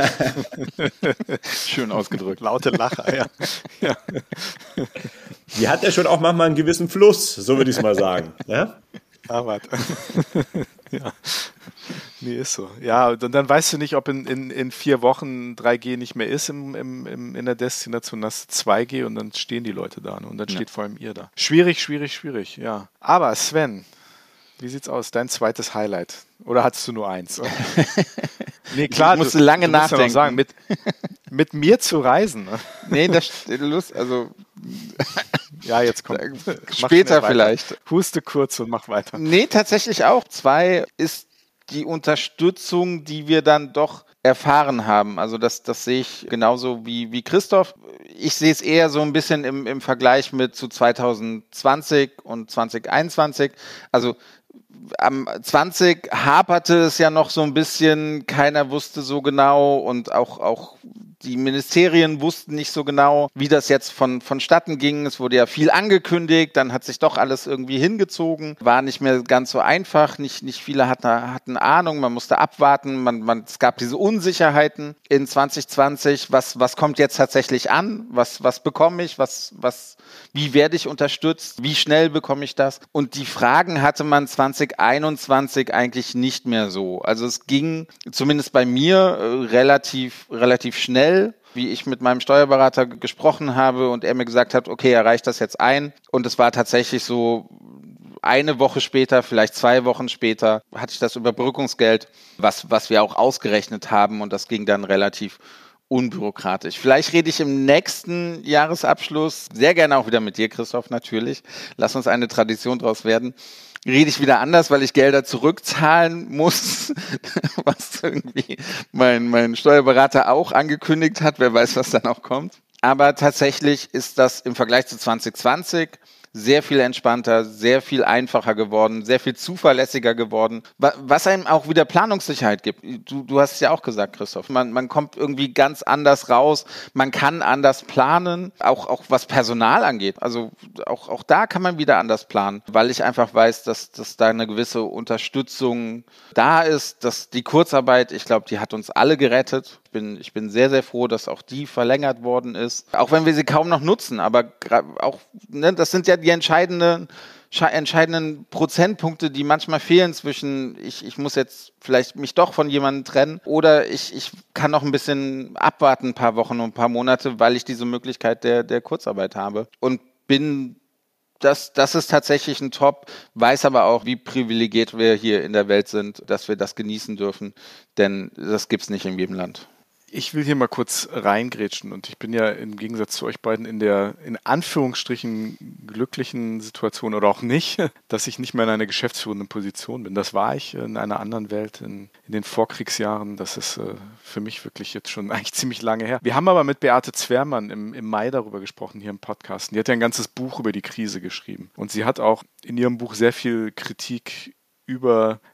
Schön ausgedrückt, laute Lacher, ja. ja. Die hat ja schon auch manchmal einen gewissen Fluss, so würde ich es mal sagen, ja. Aber ja. Nee, ist so. Ja, und dann weißt du nicht, ob in, in, in vier Wochen drei G nicht mehr ist im, im, im, in der Destination, das ist zwei G und dann stehen die Leute da, ne? Und dann steht ja. vor allem ihr da. Schwierig, schwierig, schwierig, ja. Aber Sven, wie sieht's aus? Dein zweites Highlight? Oder hattest du nur eins? Nee, klar, ich musste du, lange du nachdenken. Ja noch sagen, mit, mit mir zu reisen. Ne? Nee, das Lust, also ja, jetzt kommt. Später vielleicht. Huste kurz und mach weiter. Nee, tatsächlich auch. Zwei ist die Unterstützung, die wir dann doch erfahren haben. Also das, das sehe ich genauso wie, wie Christoph. Ich sehe es eher so ein bisschen im, im Vergleich mit zu zwanzig zwanzig und zwanzig einundzwanzig. Also am zwanzig haperte es ja noch so ein bisschen, keiner wusste so genau und auch, auch die Ministerien wussten nicht so genau, wie das jetzt von, vonstatten ging. Es wurde ja viel angekündigt, dann hat sich doch alles irgendwie hingezogen, war nicht mehr ganz so einfach, nicht, nicht viele hatten, hatten Ahnung, man musste abwarten, man, man, es gab diese Unsicherheiten in zwanzig zwanzig, was, was kommt jetzt tatsächlich an, was, was bekomme ich, was, was, wie werde ich unterstützt, wie schnell bekomme ich das? Und die Fragen hatte man zwanzig einundzwanzig eigentlich nicht mehr so. Also es ging zumindest bei mir äh, relativ, relativ schnell, wie ich mit meinem Steuerberater g- gesprochen habe und er mir gesagt hat, okay, er reicht das jetzt ein. Und es war tatsächlich so, eine Woche später, vielleicht zwei Wochen später, hatte ich das Überbrückungsgeld, was, was wir auch ausgerechnet haben und das ging dann relativ unbürokratisch. Vielleicht rede ich im nächsten Jahresabschluss, sehr gerne auch wieder mit dir, Christoph, natürlich. Lass uns eine Tradition draus werden. Rede ich wieder anders, weil ich Gelder zurückzahlen muss, was irgendwie mein, mein Steuerberater auch angekündigt hat. Wer weiß, was dann auch kommt. Aber tatsächlich ist das im Vergleich zu zwanzig zwanzig sehr viel entspannter, sehr viel einfacher geworden, sehr viel zuverlässiger geworden, was einem auch wieder Planungssicherheit gibt. Du, du hast es ja auch gesagt, Christoph, man, man kommt irgendwie ganz anders raus, man kann anders planen, auch, auch was Personal angeht. Also auch, auch da kann man wieder anders planen, weil ich einfach weiß, dass, dass da eine gewisse Unterstützung da ist, dass die Kurzarbeit, ich glaube, die hat uns alle gerettet. Ich bin, ich bin sehr, sehr froh, dass auch die verlängert worden ist. Auch wenn wir sie kaum noch nutzen, aber auch, ne, das sind ja die entscheidenden, entscheidenden Prozentpunkte, die manchmal fehlen zwischen, ich, ich muss jetzt vielleicht mich doch von jemandem trennen oder ich, ich kann noch ein bisschen abwarten, ein paar Wochen und ein paar Monate, weil ich diese Möglichkeit der, der Kurzarbeit habe. Und bin Das, das ist tatsächlich ein Top, weiß aber auch, wie privilegiert wir hier in der Welt sind, dass wir das genießen dürfen, denn das gibt's nicht in jedem Land. Ich will hier mal kurz reingrätschen und ich bin ja im Gegensatz zu euch beiden in der in Anführungsstrichen glücklichen Situation oder auch nicht, dass ich nicht mehr in einer geschäftsführenden Position bin. Das war ich in einer anderen Welt in, in den Vorkriegsjahren. Das ist äh, für mich wirklich jetzt schon eigentlich ziemlich lange her. Wir haben aber mit Beate Zwermann im, im Mai darüber gesprochen hier im Podcast. Die hat ja ein ganzes Buch über die Krise geschrieben und sie hat auch in ihrem Buch sehr viel Kritik über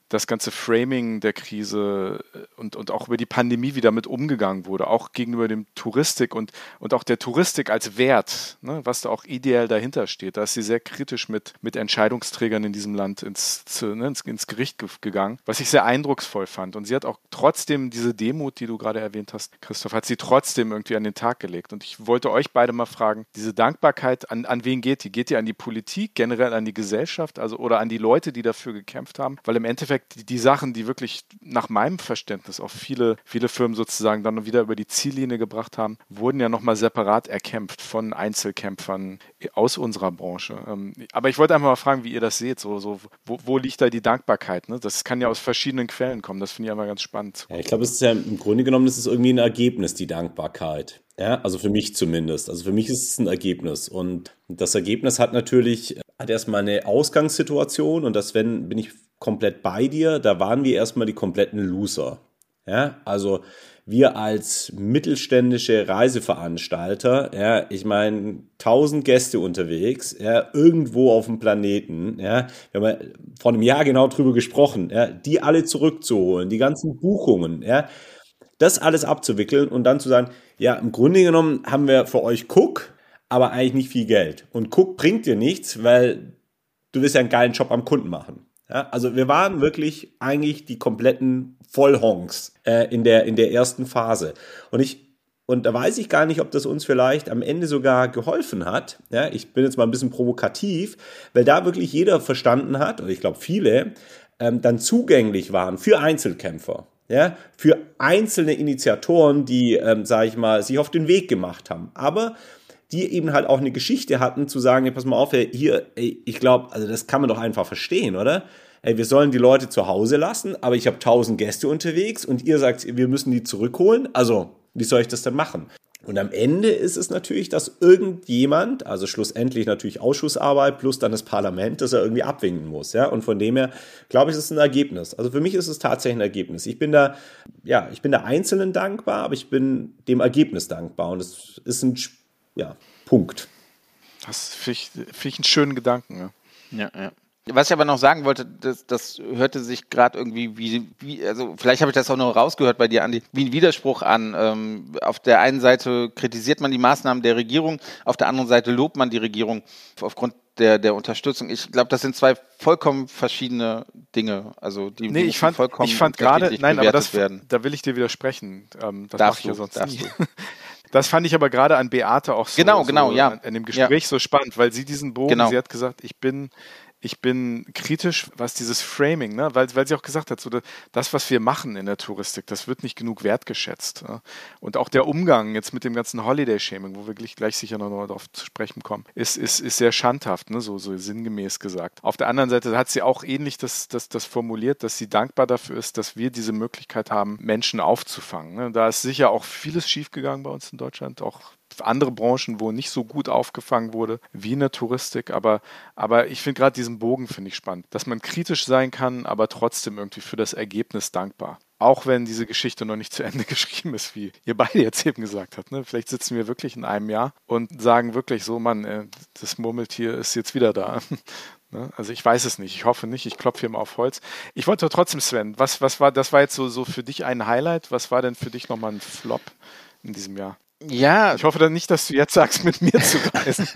das ganze Framing der Krise und, und auch über die Pandemie, wie damit umgegangen wurde, auch gegenüber dem Touristik und, und auch der Touristik als Wert, ne, was da auch ideell dahinter steht. Da ist sie sehr kritisch mit, mit Entscheidungsträgern in diesem Land ins, zu, ne, ins, ins Gericht ge- gegangen, was ich sehr eindrucksvoll fand. Und sie hat auch trotzdem diese Demut, die du gerade erwähnt hast, Christoph, hat sie trotzdem irgendwie an den Tag gelegt. Und ich wollte euch beide mal fragen, diese Dankbarkeit, an, an wen geht die? Geht die an die Politik, generell an die Gesellschaft, also oder an die Leute, die dafür gekämpft haben? Weil im Endeffekt die, die Sachen, die wirklich nach meinem Verständnis auch viele, viele Firmen sozusagen dann wieder über die Ziellinie gebracht haben, wurden ja nochmal separat erkämpft von Einzelkämpfern aus unserer Branche. Ähm, aber ich wollte einfach mal fragen, wie ihr das seht. So, so, wo, wo liegt da die Dankbarkeit? Ne? Das kann ja aus verschiedenen Quellen kommen. Das finde ich einfach ganz spannend. Ja, ich glaube, es ist ja im Grunde genommen, das ist irgendwie ein Ergebnis, die Dankbarkeit. Ja, also für mich zumindest. Also für mich ist es ein Ergebnis. Und das Ergebnis hat natürlich, hat erstmal eine Ausgangssituation und das, wenn, bin ich komplett bei dir, da waren wir erstmal die kompletten Loser. Ja, also wir als mittelständische Reiseveranstalter, ja, ich meine, tausend Gäste unterwegs, ja, irgendwo auf dem Planeten, ja, wir haben ja vor einem Jahr genau drüber gesprochen, ja, die alle zurückzuholen, die ganzen Buchungen, ja, das alles abzuwickeln und dann zu sagen, ja, im Grunde genommen haben wir für euch Cook, aber eigentlich nicht viel Geld. Und Cook bringt dir nichts, weil du willst ja einen geilen Job am Kunden machen. Ja, also wir waren wirklich eigentlich die kompletten Vollhonks äh, in der, in der ersten Phase. Und ich, und da weiß ich gar nicht, ob das uns vielleicht am Ende sogar geholfen hat. Ja, ich bin jetzt mal ein bisschen provokativ, weil da wirklich jeder verstanden hat, und ich glaube viele, ähm, dann zugänglich waren für Einzelkämpfer. Ja, für einzelne Initiatoren, die, ähm, sage ich mal, sich auf den Weg gemacht haben. Aber die eben halt auch eine Geschichte hatten, zu sagen, hey, pass mal auf, ey, hier, ey, ich glaube, also das kann man doch einfach verstehen, oder? Ey, wir sollen die Leute zu Hause lassen, aber ich habe tausend Gäste unterwegs und ihr sagt, wir müssen die zurückholen. Also, wie soll ich das denn machen? Und am Ende ist es natürlich, dass irgendjemand, also schlussendlich natürlich Ausschussarbeit plus dann das Parlament, das er irgendwie abwinken muss. Ja? Und von dem her, glaube ich, ist es ein Ergebnis. Also für mich ist es tatsächlich ein Ergebnis. Ich bin da, ja, ich bin der Einzelnen dankbar, aber ich bin dem Ergebnis dankbar. Und es ist ein, ja, Punkt. Das finde ich, find ich einen schönen Gedanken. Ja, ja. ja. Was ich aber noch sagen wollte, das, das hörte sich gerade irgendwie wie, wie, also vielleicht habe ich das auch noch rausgehört bei dir, Andi, wie ein Widerspruch an. Ähm, auf der einen Seite kritisiert man die Maßnahmen der Regierung, auf der anderen Seite lobt man die Regierung aufgrund der, der Unterstützung. Ich glaube, das sind zwei vollkommen verschiedene Dinge. Also die, nee, die ich fand, vollkommen ich fand gerade, nein, aber das, werden. Da will ich dir widersprechen. Ähm, das Darfst mache ich du, ja sonst darfst nie. du. Das fand ich aber gerade an Beate auch so, genau, so genau, ja. an, an dem Gespräch ja. so spannend, weil sie diesen Bogen, genau. sie hat gesagt, ich bin Ich bin kritisch, was dieses Framing, ne? weil, weil sie auch gesagt hat, so das, was wir machen in der Touristik, das wird nicht genug wertgeschätzt. Ne? Und auch der Umgang jetzt mit dem ganzen Holiday-Shaming, wo wir gleich, gleich sicher noch darauf zu sprechen kommen, ist, ist, ist sehr schandhaft, ne? so, so sinngemäß gesagt. Auf der anderen Seite hat sie auch ähnlich das, das, das formuliert, dass sie dankbar dafür ist, dass wir diese Möglichkeit haben, Menschen aufzufangen. Ne? Da ist sicher auch vieles schiefgegangen bei uns in Deutschland, auch andere Branchen, wo nicht so gut aufgefangen wurde wie in der Touristik, aber, aber ich finde gerade diesen Bogen finde ich spannend, dass man kritisch sein kann, aber trotzdem irgendwie für das Ergebnis dankbar. Auch wenn diese Geschichte noch nicht zu Ende geschrieben ist, wie ihr beide jetzt eben gesagt habt. Ne? Vielleicht sitzen wir wirklich in einem Jahr und sagen wirklich so, Mann, das Murmeltier ist jetzt wieder da. Also ich weiß es nicht, ich hoffe nicht, ich klopfe hier mal auf Holz. Ich wollte trotzdem, Sven, was, was war, das war jetzt so, so für dich ein Highlight, was war denn für dich nochmal ein Flop in diesem Jahr? Ja. Ich hoffe dann nicht, dass du jetzt sagst, mit mir zu reisen.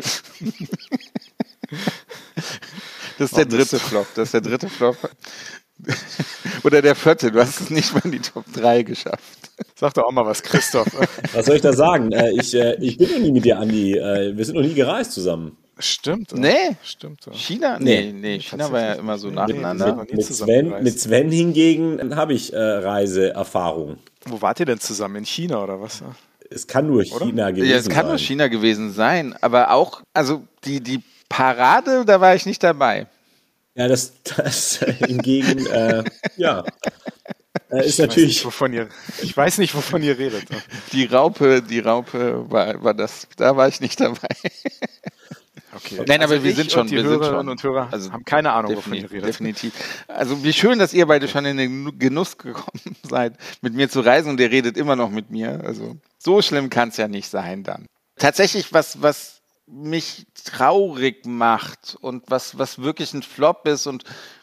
Das ist der dritte Flop. Das ist der dritte Flop. Oder der vierte. Du hast es nicht mal in die Top drei geschafft. Sag doch auch mal was, Christoph. Was soll ich da sagen? Äh, ich, äh, ich bin noch nie mit dir, Andi. Äh, wir sind noch nie gereist zusammen. Stimmt. Nee. Stimmt. China? Nee, nee. China war ja immer so nacheinander. Mit, mit, Sven, mit Sven hingegen habe ich äh, Reiseerfahrung. Wo wart ihr denn zusammen? In China oder was? Es kann nur China Oder? gewesen sein. Ja, es kann sein. nur China gewesen sein. Aber auch, also die, die Parade, da war ich nicht dabei. Ja, das, das hingegen, äh, ja, äh, ist ich natürlich. Weiß nicht, wovon ihr, ich weiß nicht, wovon ihr redet. Die Raupe, die Raupe war, war das, da war ich nicht dabei. Okay. Nein, also aber wir sind schon, die wir Hörerinnen sind schon, und Hörer also haben keine Ahnung, wovon ihr redet. Definitiv. Also wie schön, dass ihr beide schon in den Genuss gekommen seid, mit mir zu reisen und ihr redet immer noch mit mir. Also so schlimm kann es ja nicht sein dann. Tatsächlich, was, was mich traurig macht und was, was wirklich ein Flop ist und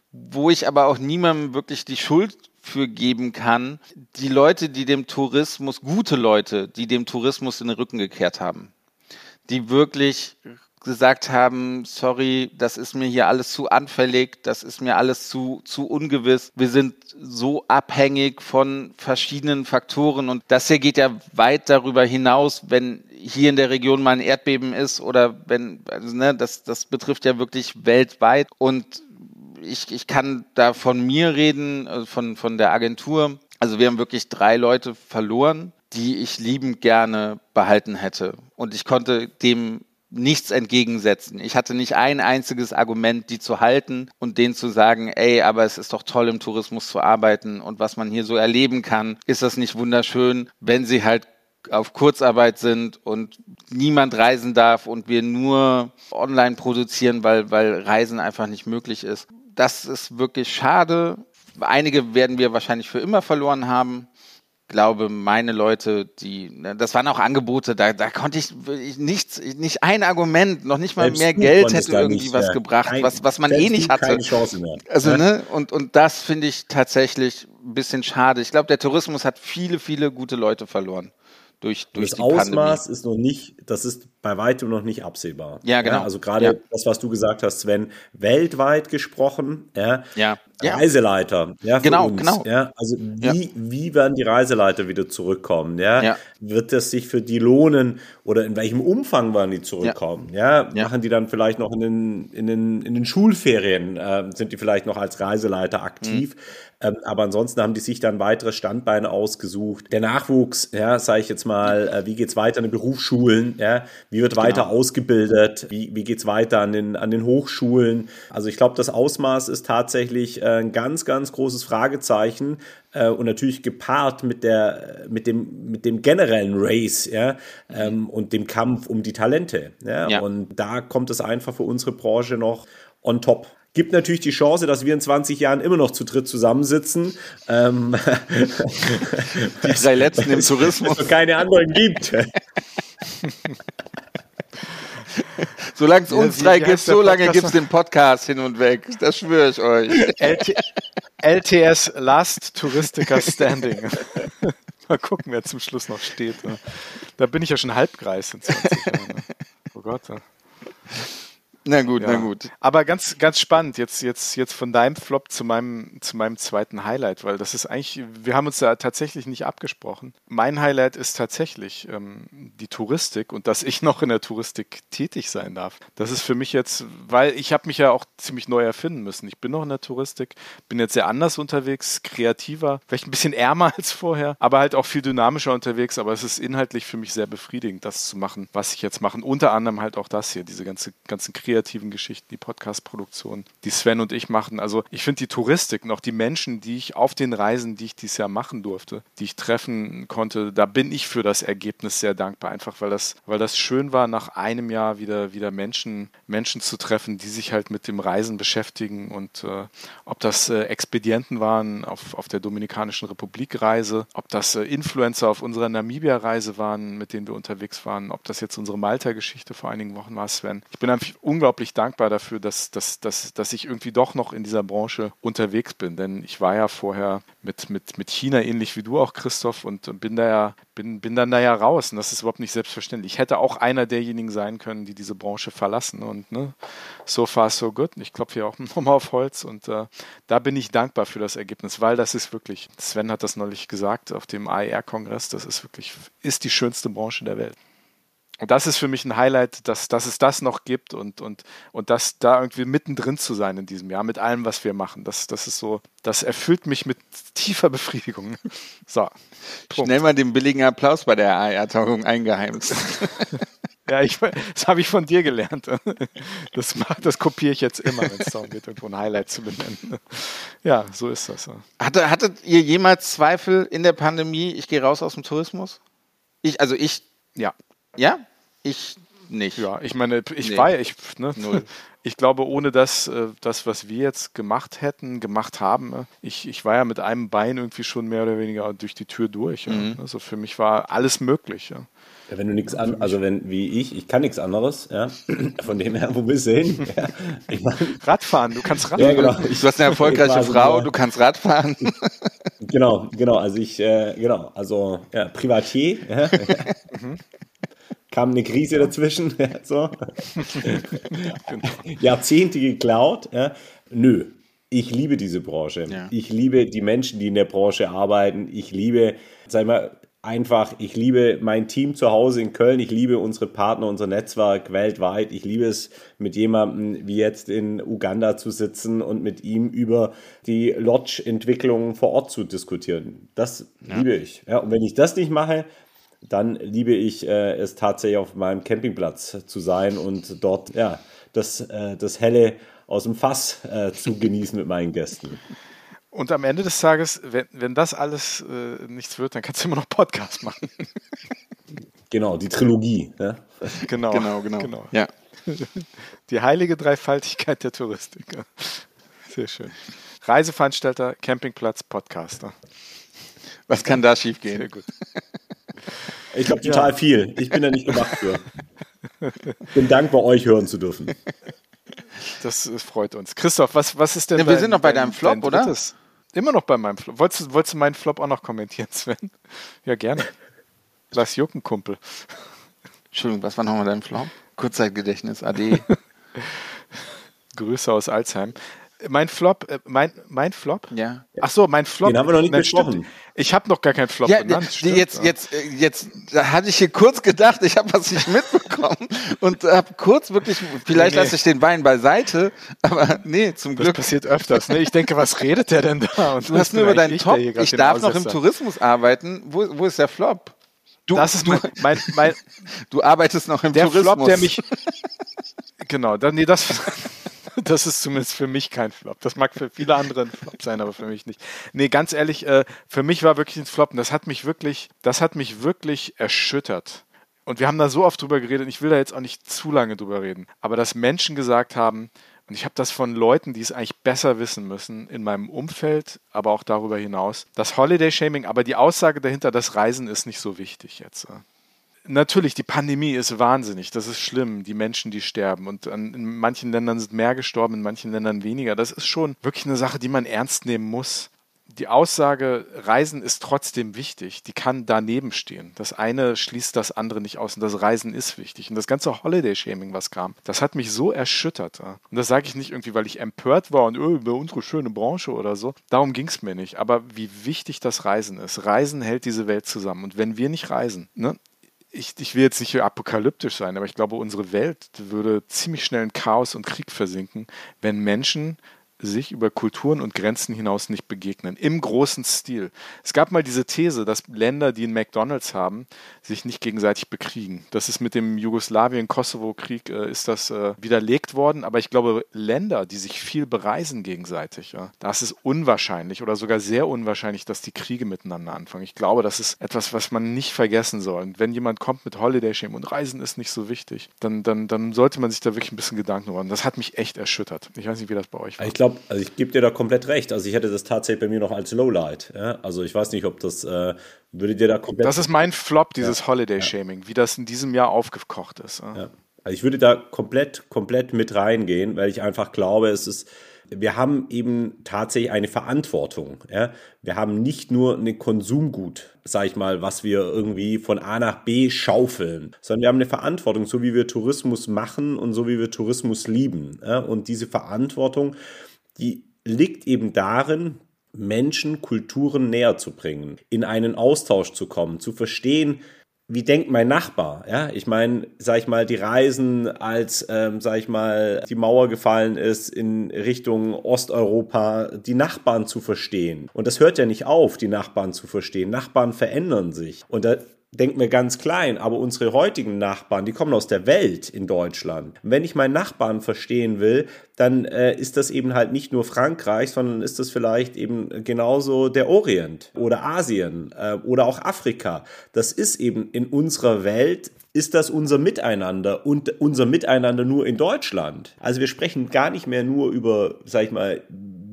wo ich aber auch niemandem wirklich die Schuld für geben kann, die Leute, die dem Tourismus, gute Leute, die dem Tourismus in den Rücken gekehrt haben, die wirklich gesagt haben, sorry, das ist mir hier alles zu anfällig, das ist mir alles zu, zu ungewiss, wir sind so abhängig von verschiedenen Faktoren und das hier geht ja weit darüber hinaus, wenn hier in der Region mal ein Erdbeben ist oder wenn, also ne, das, das betrifft ja wirklich weltweit und ich, ich kann da von mir reden, von, von der Agentur, also wir haben wirklich drei Leute verloren, die ich liebend gerne behalten hätte und ich konnte dem nichts entgegensetzen. Ich hatte nicht ein einziges Argument, die zu halten und denen zu sagen, ey, aber es ist doch toll, im Tourismus zu arbeiten und was man hier so erleben kann, ist das nicht wunderschön, wenn sie halt auf Kurzarbeit sind und niemand reisen darf und wir nur online produzieren, weil, weil Reisen einfach nicht möglich ist. Das ist wirklich schade. Einige werden wir wahrscheinlich für immer verloren haben. Ich glaube, meine Leute, die, das waren auch Angebote, da, da konnte ich, ich nichts, nicht ein Argument, noch nicht mal Selbst mehr du Geld konntest hätte da irgendwie nicht, was ja, gebracht, kein- was, was man selbst eh nicht du hatte. keine Chance mehr. Also, Ja. ne, und, und das finde ich tatsächlich ein bisschen schade. Ich glaube, der Tourismus hat viele, viele gute Leute verloren durch, durch Das die Ausmaß Pandemie. ist noch nicht, das ist bei weitem noch nicht absehbar. Ja, genau. also gerade Ja. das, was du gesagt hast, Sven, weltweit gesprochen, ja, Ja. Ja. Reiseleiter, ja, für Genau, uns, genau. ja, also wie, wie werden die Reiseleiter wieder zurückkommen, ja? Ja. Wird das sich für die lohnen oder in welchem Umfang werden die zurückkommen, ja, Ja. machen die dann vielleicht noch in den, in den, in den Schulferien, äh, sind die vielleicht noch als Reiseleiter aktiv, Mhm. ähm, aber ansonsten haben die sich dann weitere Standbeine ausgesucht. Der Nachwuchs, ja, sage ich jetzt mal, äh, wie geht's weiter in den Berufsschulen, ja, wie wird weiter Genau. ausgebildet, wie, wie geht's weiter an den, an den Hochschulen, also ich glaube, das Ausmaß ist tatsächlich äh, ein ganz, ganz großes Fragezeichen äh, und natürlich gepaart mit der, mit dem, mit dem generellen Race, ja, ähm, und dem Kampf um die Talente, ja, Ja. und da kommt es einfach für unsere Branche noch on top. Gibt natürlich die Chance, dass wir in zwanzig Jahren immer noch zu dritt zusammensitzen. Ähm, Die drei letzten im es Tourismus. noch keine anderen gibt. Solange es Ja, uns wie- drei wie gibt, heißt der so lange Podcast gibt es den Podcast hin und weg. Das schwöre ich euch. L T L T S Last Touristica Standing. Mal gucken, wer zum Schluss noch steht. Ne? Da bin ich ja schon Halbkreis in zwanzig Jahren. Ne? Oh Gott. Ne? Na gut, Ja. na gut. Aber ganz, ganz spannend, jetzt, jetzt, jetzt von deinem Flop zu meinem, zu meinem zweiten Highlight, weil das ist eigentlich, wir haben uns da tatsächlich nicht abgesprochen. Mein Highlight ist tatsächlich ähm, die Touristik und dass ich noch in der Touristik tätig sein darf. Das ist für mich jetzt, weil ich habe mich ja auch ziemlich neu erfinden müssen. Ich bin noch in der Touristik, bin jetzt sehr anders unterwegs, kreativer, vielleicht ein bisschen ärmer als vorher, aber halt auch viel dynamischer unterwegs, aber es ist inhaltlich für mich sehr befriedigend, das zu machen, was ich jetzt mache. Unter anderem halt auch das hier, diese ganze, ganzen kreativen Geschichten, die Podcast-Produktion, die Sven und ich machen. Also ich finde die Touristik und auch die Menschen, die ich auf den Reisen, die ich dieses Jahr machen durfte, die ich treffen konnte, da bin ich für das Ergebnis sehr dankbar, einfach weil das, weil das schön war, nach einem Jahr wieder, wieder Menschen, Menschen zu treffen, die sich halt mit dem Reisen beschäftigen und äh, ob das äh, Expedienten waren auf, auf der Dominikanischen Republik-Reise, ob das äh, Influencer auf unserer Namibia-Reise waren, mit denen wir unterwegs waren, ob das jetzt unsere Malta-Geschichte vor einigen Wochen war, Sven. Ich bin einfach unglaublich dankbar dafür, dass, dass, dass, dass ich irgendwie doch noch in dieser Branche unterwegs bin, denn ich war ja vorher mit, mit, mit China ähnlich wie du auch, Christoph, und bin da ja, bin, bin dann da ja raus und das ist überhaupt nicht selbstverständlich. Ich hätte auch einer derjenigen sein können, die diese Branche verlassen und ne, so far so good. Ich klopfe hier auch nochmal auf Holz und äh, da bin ich dankbar für das Ergebnis, weil das ist wirklich, Sven hat das neulich gesagt auf dem A E R-Kongress, das ist wirklich, ist die schönste Branche der Welt. Und das ist für mich ein Highlight, dass, dass es das noch gibt und, und, und das da irgendwie mittendrin zu sein in diesem Jahr, mit allem, was wir machen. Das, das ist so, das erfüllt mich mit tiefer Befriedigung. So. Punkt. Schnell mal den billigen Applaus bei der A E R-Tagung eingeheimst. Ja, ich, das habe ich von dir gelernt. Das, mach, das kopiere ich jetzt immer, wenn es darum geht, irgendwo ein Highlight zu benennen. Ja, so ist das. Hatte, hattet ihr jemals Zweifel in der Pandemie, ich gehe raus aus dem Tourismus? Ich, also ich, Ja. ja? Ich nicht. Ja, ich meine, ich Nee. war ja, ich, ne, Null. ich glaube, ohne das, äh, das, was wir jetzt gemacht hätten, gemacht haben, äh, ich, ich war ja mit einem Bein irgendwie schon mehr oder weniger durch die Tür durch. Ja. Mhm. Also für mich war alles möglich. Ja. Ja, wenn du nichts an, also wenn, wie ich, ich kann nichts anderes, ja, von dem her, wo wir sehen, ja, ich mein, Radfahren, du kannst Radfahren. Ja, genau. Du hast eine erfolgreiche Frau, du kannst Radfahren. Genau, genau, also ich, äh, genau, also, ja, Privatier, ja, ja. Mhm. Kam eine Krise dazwischen, ja, so. Jahrzehnte geklaut, ja. Nö, ich liebe diese Branche. Ja. Ich liebe die Menschen, die in der Branche arbeiten. Ich liebe, sag mal, einfach, ich liebe mein Team zu Hause in Köln. Ich liebe unsere Partner, unser Netzwerk weltweit. Ich liebe es, mit jemandem wie jetzt in Uganda zu sitzen und mit ihm über die Lodge-Entwicklung vor Ort zu diskutieren. Das ja. liebe ich. Ja, und wenn ich das nicht mache, dann liebe ich äh, es tatsächlich auf meinem Campingplatz zu sein und dort ja das, äh, das Helle aus dem Fass äh, zu genießen mit meinen Gästen. Und am Ende des Tages, wenn, wenn das alles äh, nichts wird, dann kannst du immer noch Podcast machen. Genau, die Trilogie. Ja? Genau, genau, genau. genau. Ja. Die heilige Dreifaltigkeit der Touristik. Sehr schön. Reiseveranstalter, Campingplatz, Podcaster. Was kann da schief gehen? Sehr gut. Ich glaube total ja. viel. Ich bin da nicht gemacht für. Bin dankbar, euch hören zu dürfen. Das freut uns. Christoph, was, was ist denn ja, dein, wir sind noch bei deinem Flop, dein oder? Drittes? Immer noch bei meinem Flop. Wolltest du, wolltest du meinen Flop auch noch kommentieren, Sven? Ja, gerne. Lass jucken, Kumpel. Entschuldigung, was war nochmal dein Flop? Kurzzeitgedächtnis, ade. Grüße aus Alzheim. Mein Flop, äh, mein, mein Flop? Ja. Ach so, mein Flop. Den haben wir noch nicht Nein, besprochen. Stimmt. Ich habe noch gar keinen Flop ja, genannt. Die, jetzt, jetzt, jetzt, da hatte ich hier kurz gedacht, ich habe was nicht mitbekommen und habe kurz wirklich, vielleicht nee, nee. lasse ich den Wein beiseite, aber nee, zum Glück. Das passiert öfters. Ne? Ich denke, was redet der denn da? Und du hast nur über deinen Top. Ich darf noch im Tourismus arbeiten. Wo, wo ist der Flop? Du, das ist mein, mein, mein du arbeitest noch im der Tourismus. Flop, der mich. Genau, dann, nee, das. Das ist zumindest für mich kein Flop. Das mag für viele andere ein Flop sein, aber für mich nicht. Nee, ganz ehrlich, äh, für mich war wirklich ein Flop und das hat mich wirklich, das hat mich wirklich erschüttert. Und wir haben da so oft drüber geredet und ich will da jetzt auch nicht zu lange drüber reden, aber dass Menschen gesagt haben, und ich habe das von Leuten, die es eigentlich besser wissen müssen, in meinem Umfeld, aber auch darüber hinaus, das Holiday-Shaming, aber die Aussage dahinter, das Reisen ist nicht so wichtig jetzt. Natürlich, die Pandemie ist wahnsinnig, das ist schlimm, die Menschen, die sterben und an, in manchen Ländern sind mehr gestorben, in manchen Ländern weniger. Das ist schon wirklich eine Sache, die man ernst nehmen muss. Die Aussage, Reisen ist trotzdem wichtig, die kann daneben stehen. Das eine schließt das andere nicht aus und das Reisen ist wichtig. Und das ganze Holiday-Shaming, was kam, das hat mich so erschüttert. Und das sage ich nicht irgendwie, weil ich empört war und öh, über unsere schöne Branche oder so. Darum ging es mir nicht. Aber wie wichtig das Reisen ist. Reisen hält diese Welt zusammen. Und wenn wir nicht reisen, ne? Ich, ich will jetzt nicht apokalyptisch sein, aber ich glaube, unsere Welt würde ziemlich schnell in Chaos und Krieg versinken, wenn Menschen sich über Kulturen und Grenzen hinaus nicht begegnen. Im großen Stil. Es gab mal diese These, dass Länder, die einen McDonald's haben, sich nicht gegenseitig bekriegen. Das ist mit dem Jugoslawien-Kosovo-Krieg äh, ist das äh, widerlegt worden. Aber ich glaube, Länder, die sich viel bereisen gegenseitig, ja, da ist es unwahrscheinlich oder sogar sehr unwahrscheinlich, dass die Kriege miteinander anfangen. Ich glaube, das ist etwas, was man nicht vergessen soll. Und wenn jemand kommt mit Holiday-Shame und Reisen ist nicht so wichtig, dann, dann, dann sollte man sich da wirklich ein bisschen Gedanken machen. Das hat mich echt erschüttert. Ich weiß nicht, wie das bei euch war. Ich glaube, also ich gebe dir da komplett recht. Also ich hätte das tatsächlich bei mir noch als Lowlight. Ja? Also ich weiß nicht, ob das, äh, würde dir da komplett... Das ist mein Flop, dieses ja. Holiday-Shaming, ja. wie das in diesem Jahr aufgekocht ist. Ja. Ja. Also ich würde da komplett, komplett mit reingehen, weil ich einfach glaube, es ist... Wir haben eben tatsächlich eine Verantwortung. Ja? Wir haben nicht nur ein Konsumgut, sag ich mal, was wir irgendwie von A nach B schaufeln, sondern wir haben eine Verantwortung, so wie wir Tourismus machen und so wie wir Tourismus lieben. Ja? Und diese Verantwortung, die liegt eben darin, Menschen Kulturen näher zu bringen, in einen Austausch zu kommen, zu verstehen, wie denkt mein Nachbar? Ja, ich meine, sag ich mal, die Reisen, als, ähm, sag ich mal, die Mauer gefallen ist in Richtung Osteuropa, die Nachbarn zu verstehen. Und das hört ja nicht auf, die Nachbarn zu verstehen. Nachbarn verändern sich. Und da denkt mir ganz klein, aber unsere heutigen Nachbarn, die kommen aus der Welt in Deutschland. Und wenn ich meinen Nachbarn verstehen will, dann äh, ist das eben halt nicht nur Frankreich, sondern ist das vielleicht eben genauso der Orient oder Asien äh, oder auch Afrika. Das ist eben in unserer Welt, ist das unser Miteinander und unser Miteinander nur in Deutschland. Also wir sprechen gar nicht mehr nur über, sag ich mal,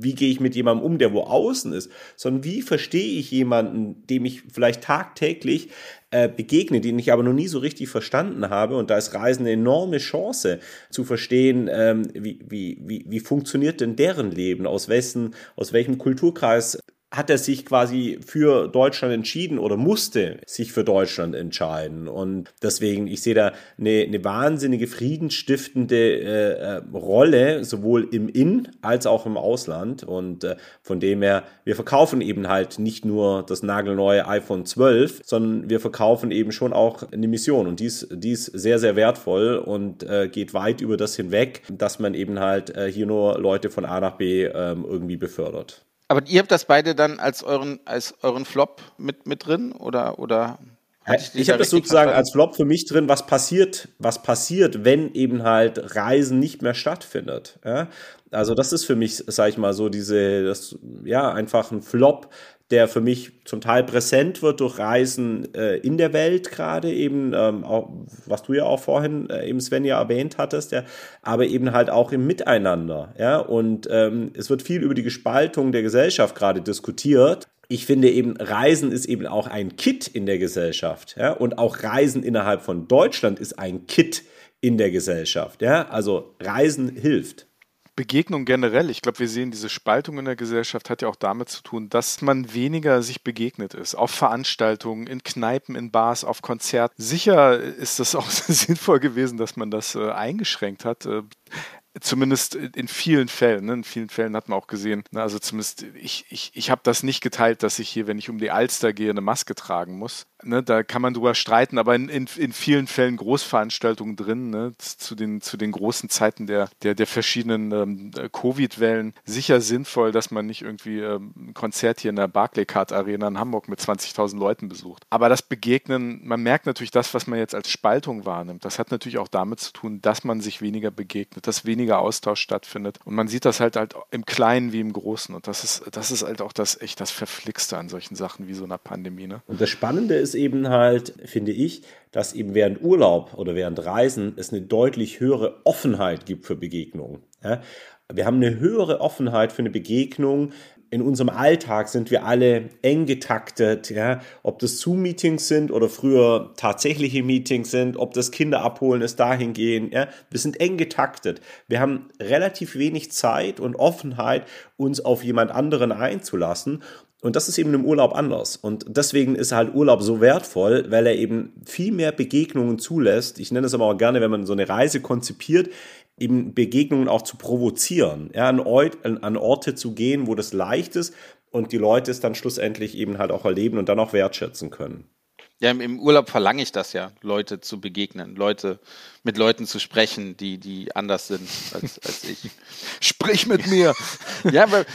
wie gehe ich mit jemandem um, der wo außen ist, sondern wie verstehe ich jemanden, dem ich vielleicht tagtäglich äh, begegne, den ich aber noch nie so richtig verstanden habe. Und da ist Reisen eine enorme Chance zu verstehen, ähm, wie, wie, wie, wie funktioniert denn deren Leben, aus welchen, aus welchem Kulturkreis hat er sich quasi für Deutschland entschieden oder musste sich für Deutschland entscheiden. Und deswegen, ich sehe da eine, eine wahnsinnige friedensstiftende äh, Rolle, sowohl im In- als auch im Ausland. Und äh, von dem her, wir verkaufen eben halt nicht nur das nagelneue iPhone zwölf, sondern wir verkaufen eben schon auch eine Mission. Und die ist, die ist sehr, sehr wertvoll und äh, geht weit über das hinweg, dass man eben halt äh, hier nur Leute von A nach B ähm, irgendwie befördert. Aber ihr habt das beide dann als euren, als euren Flop mit, mit drin? Oder, oder ich ich habe das sozusagen als Flop für mich drin, was passiert, was passiert, wenn eben halt Reisen nicht mehr stattfindet. Ja? Also das ist für mich, sag ich mal, so diese, das, ja, einfach ein Flop, der für mich zum Teil präsent wird durch Reisen äh, in der Welt gerade eben, ähm, auch, was du ja auch vorhin äh, eben Sven ja erwähnt hattest, ja, aber eben halt auch im Miteinander, ja, und ähm, es wird viel über die Gespaltung der Gesellschaft gerade diskutiert. Ich finde eben, Reisen ist eben auch ein Kit in der Gesellschaft, ja, und auch Reisen innerhalb von Deutschland ist ein Kit in der Gesellschaft, ja, also Reisen hilft. Begegnung generell, ich glaube, wir sehen, diese Spaltung in der Gesellschaft hat ja auch damit zu tun, dass man weniger sich begegnet ist. Auf Veranstaltungen, in Kneipen, in Bars, auf Konzerten. Sicher ist das auch sinnvoll gewesen, dass man das äh, eingeschränkt hat. Äh, Zumindest in vielen Fällen, ne? In vielen Fällen hat man auch gesehen, ne? Also zumindest ich, ich, ich habe das nicht geteilt, dass ich hier, wenn ich um die Alster gehe, eine Maske tragen muss. Ne? Da kann man drüber streiten, aber in, in, in vielen Fällen Großveranstaltungen drin, ne? zu, den, zu den großen Zeiten der, der, der verschiedenen ähm, Covid-Wellen sicher sinnvoll, dass man nicht irgendwie ähm, ein Konzert hier in der Barclaycard Arena in Hamburg mit zwanzigtausend Leuten besucht. Aber das Begegnen, man merkt natürlich das, was man jetzt als Spaltung wahrnimmt, das hat natürlich auch damit zu tun, dass man sich weniger begegnet, dass weniger Austausch stattfindet. Und man sieht das halt halt im Kleinen wie im Großen. Und das ist, das ist halt auch das echt das Verflixte an solchen Sachen wie so einer Pandemie. Ne? Und das Spannende ist eben halt, finde ich, dass eben während Urlaub oder während Reisen es eine deutlich höhere Offenheit gibt für Begegnungen. Ja? Wir haben eine höhere Offenheit für eine Begegnung. In unserem Alltag sind wir alle eng getaktet, ja, ob das Zoom-Meetings sind oder früher tatsächliche Meetings sind, ob das Kinder abholen ist, dahin gehen, ja, wir sind eng getaktet. Wir haben relativ wenig Zeit und Offenheit, uns auf jemand anderen einzulassen. Und das ist eben im Urlaub anders. Und deswegen ist halt Urlaub so wertvoll, weil er eben viel mehr Begegnungen zulässt. Ich nenne es aber auch gerne, wenn man so eine Reise konzipiert, eben Begegnungen auch zu provozieren, ja, an, Ort, an Orte zu gehen, wo das leicht ist und die Leute es dann schlussendlich eben halt auch erleben und dann auch wertschätzen können. Ja, im Urlaub verlange ich das ja, Leute zu begegnen, Leute mit Leuten zu sprechen, die, die anders sind als, als ich. Sprich mit mir! Ja, aber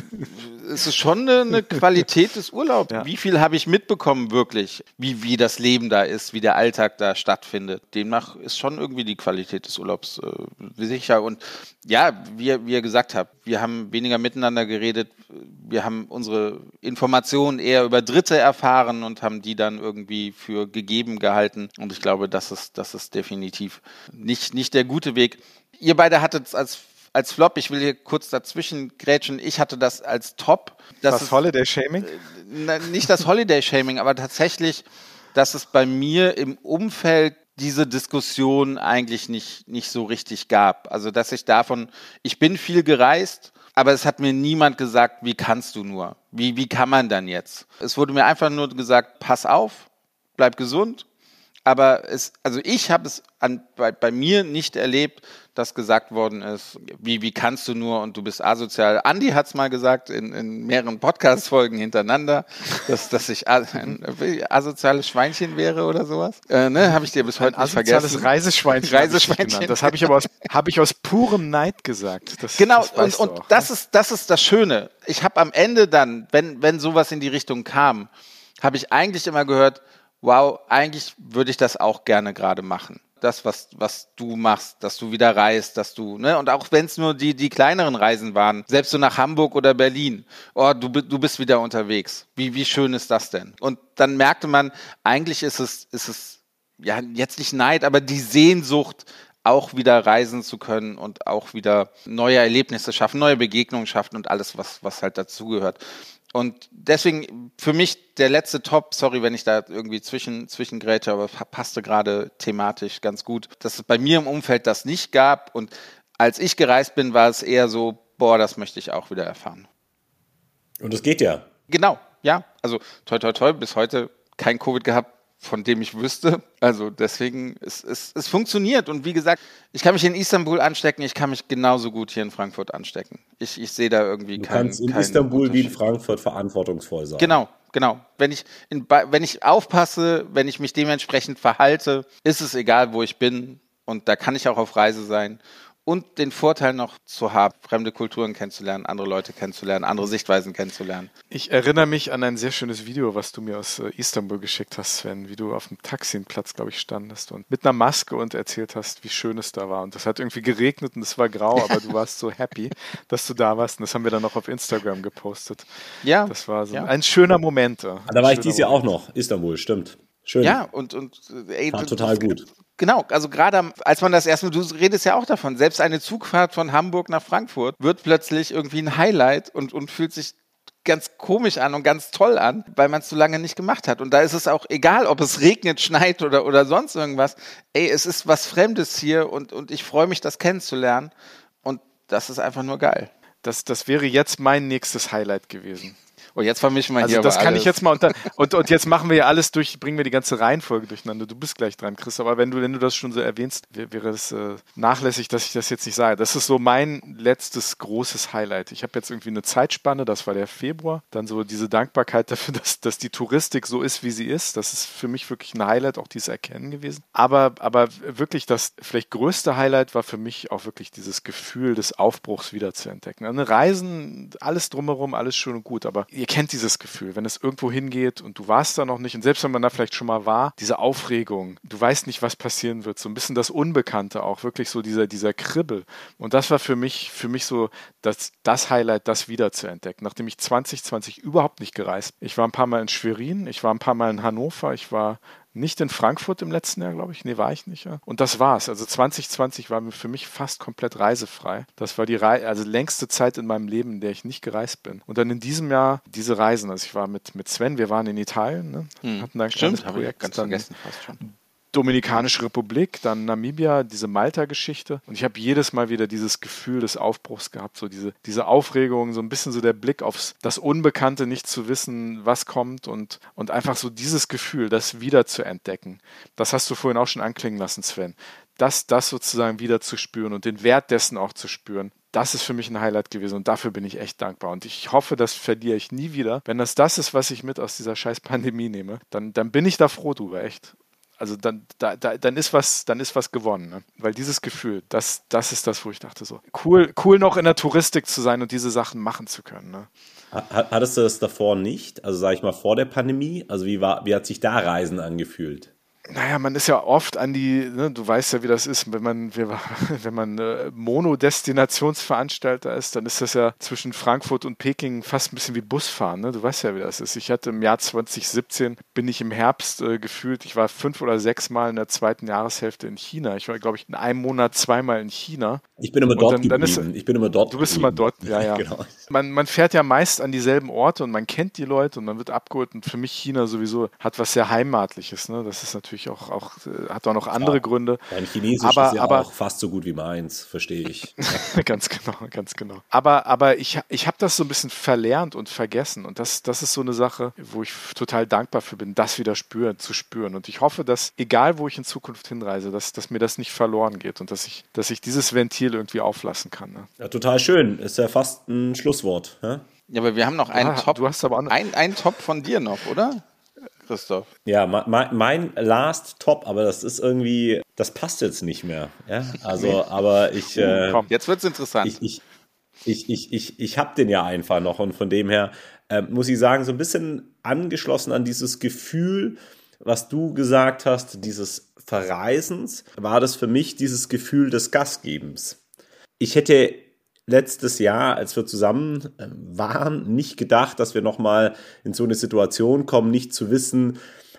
es ist schon eine, eine Qualität des Urlaubs. Ja. Wie viel habe ich mitbekommen wirklich, wie, wie das Leben da ist, wie der Alltag da stattfindet. Demnach ist schon irgendwie die Qualität des Urlaubs äh, sicher. Und ja, wie, wie ihr gesagt habt, wir haben weniger miteinander geredet, wir haben unsere Informationen eher über Dritte erfahren und haben die dann irgendwie für gegeben gehalten. Und ich glaube, das ist, das ist definitiv nicht, nicht der gute Weg. Ihr beide hattet es als Als Flop, ich will hier kurz dazwischen grätschen, ich hatte das als Top. Das ist, Holiday-Shaming? Äh, nicht das Holiday-Shaming, aber tatsächlich, dass es bei mir im Umfeld diese Diskussion eigentlich nicht, nicht so richtig gab. Also, dass ich davon, ich bin viel gereist, aber es hat mir niemand gesagt, wie kannst du nur? Wie, wie kann man dann jetzt? Es wurde mir einfach nur gesagt, pass auf, bleib gesund. Aber es, also ich habe es an, bei, bei mir nicht erlebt, dass gesagt worden ist, wie, wie kannst du nur und du bist asozial. Andi hat es mal gesagt in, in mehreren Podcast-Folgen hintereinander, dass, dass ich ein asoziales Schweinchen wäre oder sowas. Äh, ne, habe ich dir bis heute ein nicht vergessen. Asoziales Reiseschweinchen. Reiseschweinchen. Das habe ich aber aus, hab ich aus purem Neid gesagt. Das, genau, das und, und das, ist, das ist das Schöne. Ich habe am Ende dann, wenn, wenn sowas in die Richtung kam, habe ich eigentlich immer gehört, wow, eigentlich würde ich das auch gerne gerade machen. Das, was, was du machst, dass du wieder reist, dass du, ne, und auch wenn es nur die, die kleineren Reisen waren, selbst so nach Hamburg oder Berlin, oh, du, du bist wieder unterwegs. Wie, wie schön ist das denn? Und dann merkte man, eigentlich ist es, ist es, ja, jetzt nicht Neid, aber die Sehnsucht, auch wieder reisen zu können und auch wieder neue Erlebnisse schaffen, neue Begegnungen schaffen und alles, was, was halt dazugehört. Und deswegen für mich der letzte Top, sorry, wenn ich da irgendwie zwischen, zwischengrätsche, aber passte gerade thematisch ganz gut, dass es bei mir im Umfeld das nicht gab. Und als ich gereist bin, war es eher so, boah, das möchte ich auch wieder erfahren. Und das geht ja. Genau, ja. Also toi, toi, toi, bis heute kein Covid gehabt, von dem ich wüsste. Also deswegen, es, es, es funktioniert. Und wie gesagt, ich kann mich in Istanbul anstecken, ich kann mich genauso gut hier in Frankfurt anstecken. Ich, ich sehe da irgendwie du keinen Du kannst in keinen Istanbul wie in Frankfurt verantwortungsvoll sein. Genau, genau. Wenn ich, in, wenn ich aufpasse, wenn ich mich dementsprechend verhalte, ist es egal, wo ich bin. Und da kann ich auch auf Reise sein. Und den Vorteil noch zu haben, fremde Kulturen kennenzulernen, andere Leute kennenzulernen, andere Sichtweisen kennenzulernen. Ich erinnere mich an ein sehr schönes Video, was du mir aus äh, Istanbul geschickt hast, Sven, wie du auf dem Taxienplatz, glaube ich, standest und mit einer Maske und erzählt hast, wie schön es da war. Und das hat irgendwie geregnet und es war grau, aber du warst so happy, dass du da warst. Und das haben wir dann noch auf Instagram gepostet. Ja. Das war so ja. ein schöner Moment. Äh, da war ich dieses Moment. Jahr auch noch, Istanbul, stimmt. Schön. Ja, und, und ey, war total gut. Genau, also gerade als man das erstmal, du redest ja auch davon, selbst eine Zugfahrt von Hamburg nach Frankfurt wird plötzlich irgendwie ein Highlight und, und fühlt sich ganz komisch an und ganz toll an, weil man es so lange nicht gemacht hat. Und da ist es auch egal, ob es regnet, schneit oder, oder sonst irgendwas. Ey, es ist was Fremdes hier und, und ich freue mich, das kennenzulernen. Und das ist einfach nur geil. Das, das wäre jetzt mein nächstes Highlight gewesen. Und jetzt vermischen wir also hier das aber kann alles. ich jetzt mal unter und, und jetzt machen wir ja alles durch, bringen wir die ganze Reihenfolge durcheinander. Du bist gleich dran, Chris, aber wenn du, wenn du das schon so erwähnst, wäre es äh, nachlässig, dass ich das jetzt nicht sage. Das ist so mein letztes großes Highlight. Ich habe jetzt irgendwie eine Zeitspanne, das war der Februar, dann so diese Dankbarkeit dafür, dass, dass die Touristik so ist, wie sie ist. Das ist für mich wirklich ein Highlight, auch dieses Erkennen gewesen. Aber, aber wirklich das vielleicht größte Highlight war für mich auch wirklich dieses Gefühl des Aufbruchs wieder zu entdecken. Eine Reisen, alles drumherum, alles schön und gut, aber ihr kennt dieses Gefühl, wenn es irgendwo hingeht und du warst da noch nicht und selbst wenn man da vielleicht schon mal war, diese Aufregung, du weißt nicht, was passieren wird, so ein bisschen das Unbekannte auch, wirklich so dieser, dieser Kribbel. Und das war für mich, für mich so das, das Highlight, das wieder zu entdecken, nachdem ich zwanzig zwanzig überhaupt nicht gereist bin. Ich war ein paar Mal in Schwerin, ich war ein paar Mal in Hannover, ich war nicht in Frankfurt im letzten Jahr, glaube ich. Nee, war ich nicht. Ja. Und das war's. Also zwanzig zwanzig war für mich fast komplett reisefrei. Das war die Rei- also längste Zeit in meinem Leben, in der ich nicht gereist bin. Und dann in diesem Jahr diese Reisen. Also ich war mit, mit Sven, wir waren in Italien, ne? Hm. Hatten da ein Stimmt, kleines Projekt. ganz dann vergessen fast schon. Dominikanische Republik, dann Namibia, diese Malta-Geschichte. Und ich habe jedes Mal wieder dieses Gefühl des Aufbruchs gehabt, so diese, diese Aufregung, so ein bisschen so der Blick aufs das Unbekannte, nicht zu wissen, was kommt und, und einfach so dieses Gefühl, das wieder zu entdecken. Das hast du vorhin auch schon anklingen lassen, Sven. Das, das sozusagen wieder zu spüren und den Wert dessen auch zu spüren. Das ist für mich ein Highlight gewesen und dafür bin ich echt dankbar. Und ich hoffe, das verliere ich nie wieder. Wenn das das ist, was ich mit aus dieser scheiß Pandemie nehme, dann, dann bin ich da froh drüber, echt. Also dann, da, da, dann ist was, dann ist was gewonnen, ne? Weil dieses Gefühl, das, das ist das, wo ich dachte so, cool, cool noch in der Touristik zu sein und diese Sachen machen zu können. Ne? Hattest du das davor nicht? Also sag ich mal vor der Pandemie? Also wie war, wie hat sich da Reisen angefühlt? Naja, man ist ja oft an die, ne, du weißt ja, wie das ist, wenn man, wenn man äh, Monodestinationsveranstalter ist, dann ist das ja zwischen Frankfurt und Peking fast ein bisschen wie Busfahren, ne? Du weißt ja, wie das ist. Ich hatte im Jahr zwanzig siebzehn, bin ich im Herbst äh, gefühlt, ich war fünf oder sechs Mal in der zweiten Jahreshälfte in China. Ich war, glaube ich, in einem Monat zweimal in China. Ich bin immer dort dann, dann geblieben. Ist, ich bin immer dort Du bist geblieben. immer dort, ja, ja. Genau. Man, man fährt ja meist an dieselben Orte und man kennt die Leute und man wird abgeholt und für mich China sowieso hat was sehr Heimatliches, ne? Das ist natürlich auch, auch hat auch noch andere ja. Gründe. Dein Chinesisch aber, ist ja aber, auch fast so gut wie meins, verstehe ich. ganz genau, ganz genau. Aber, aber ich, ich habe das so ein bisschen verlernt und vergessen und das, das ist so eine Sache, wo ich total dankbar für bin, das wieder spüren, zu spüren. Und ich hoffe, dass, egal wo ich in Zukunft hinreise, dass, dass mir das nicht verloren geht und dass ich, dass ich dieses Ventil irgendwie auflassen kann. Ne? Ja, total schön. Ist ja fast ein Schlusswort. Ja, ja aber wir haben noch einen ah, Top. Du hast aber auch noch ein, ein Top von dir noch, oder? Christoph. Ja, mein, mein Last Top, aber das ist irgendwie, das passt jetzt nicht mehr. Ja, also, nee. aber ich. Äh, Komm, jetzt wird's interessant. Ich, ich, ich, ich, ich, ich habe den ja einfach noch und von dem her äh, muss ich sagen, so ein bisschen angeschlossen an dieses Gefühl, was du gesagt hast, dieses Verreisens, war das für mich dieses Gefühl des Gastgebens. Ich hätte letztes Jahr, als wir zusammen waren, nicht gedacht, dass wir nochmal in so eine Situation kommen, nicht zu wissen,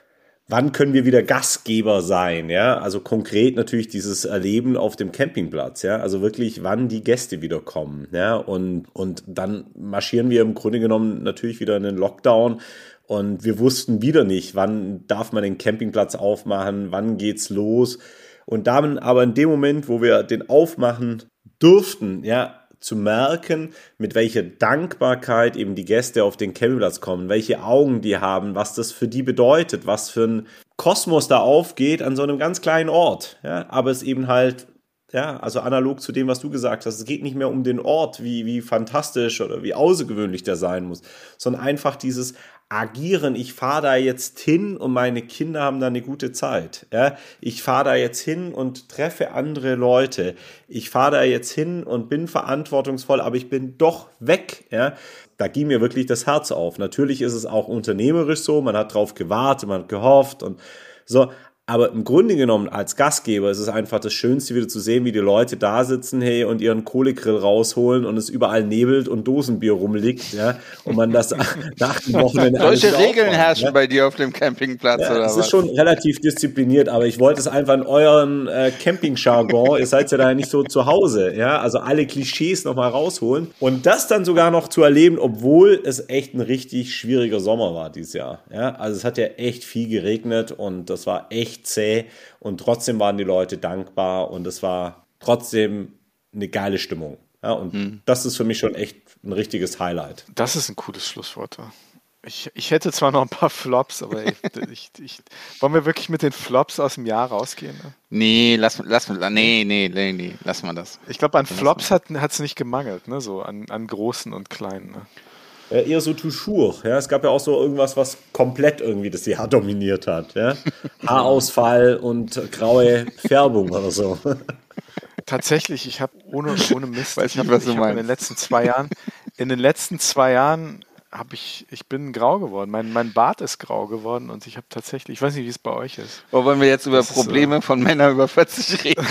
wann können wir wieder Gastgeber sein, ja, also konkret natürlich dieses Erleben auf dem Campingplatz, ja, also wirklich, wann die Gäste wieder kommen, ja, und, und dann marschieren wir im Grunde genommen natürlich wieder in den Lockdown und wir wussten wieder nicht, wann darf man den Campingplatz aufmachen, wann geht's los und dann aber in dem Moment, wo wir den aufmachen durften, ja, zu merken, mit welcher Dankbarkeit eben die Gäste auf den Campingplatz kommen, welche Augen die haben, was das für die bedeutet, was für ein Kosmos da aufgeht an so einem ganz kleinen Ort. Ja, aber es eben halt, ja, also analog zu dem, was du gesagt hast, es geht nicht mehr um den Ort, wie, wie fantastisch oder wie außergewöhnlich der sein muss, sondern einfach dieses Agieren, ich fahre da jetzt hin und meine Kinder haben da eine gute Zeit. Ja? Ich fahre da jetzt hin und treffe andere Leute. Ich fahre da jetzt hin und bin verantwortungsvoll, aber ich bin doch weg. Ja? Da ging mir wirklich das Herz auf. Natürlich ist es auch unternehmerisch so, man hat drauf gewartet, man hat gehofft und so. Aber im Grunde genommen als Gastgeber ist es einfach das Schönste, wieder zu sehen, wie die Leute da sitzen, hey, und ihren Kohlegrill rausholen und es überall nebelt und Dosenbier rumliegt, ja, und man das nach dem Wochenende solche Regeln aufmacht, herrschen ja? bei dir auf dem Campingplatz, ja, oder das was? ist schon relativ diszipliniert, aber ich wollte es einfach in euren äh, Camping-Jargon, ihr seid ja da nicht so zu Hause, ja, also alle Klischees nochmal rausholen und das dann sogar noch zu erleben, obwohl es echt ein richtig schwieriger Sommer war dieses Jahr, ja, also es hat ja echt viel geregnet und das war echt zäh und trotzdem waren die Leute dankbar und es war trotzdem eine geile Stimmung. Ja, und hm. das ist für mich schon echt ein richtiges Highlight. Das ist ein cooles Schlusswort. Ich, ich hätte zwar noch ein paar Flops, aber ich, ich, ich, wollen wir wirklich mit den Flops aus dem Jahr rausgehen? Ne? Nee, lass, lass, nee, nee, nee, nee, lass mal das. Ich glaube, an Flops hat es nicht gemangelt, ne? So an, an großen und kleinen. Ne? Ja, eher so toujours. Ja, es gab ja auch so irgendwas, was komplett irgendwie das Jahr dominiert hat. Ja? Haarausfall und graue Färbung oder so. Tatsächlich, ich habe ohne, ohne Mist, Weiß ich habe nicht, was du hab meinst. in den letzten zwei Jahren, in den letzten zwei Jahren habe ich, ich bin grau geworden. Mein, mein Bart ist grau geworden und ich habe tatsächlich, ich weiß nicht, wie es bei euch ist. Oh, wollen wir jetzt über das Probleme ist, äh, von Männern über vierzig reden?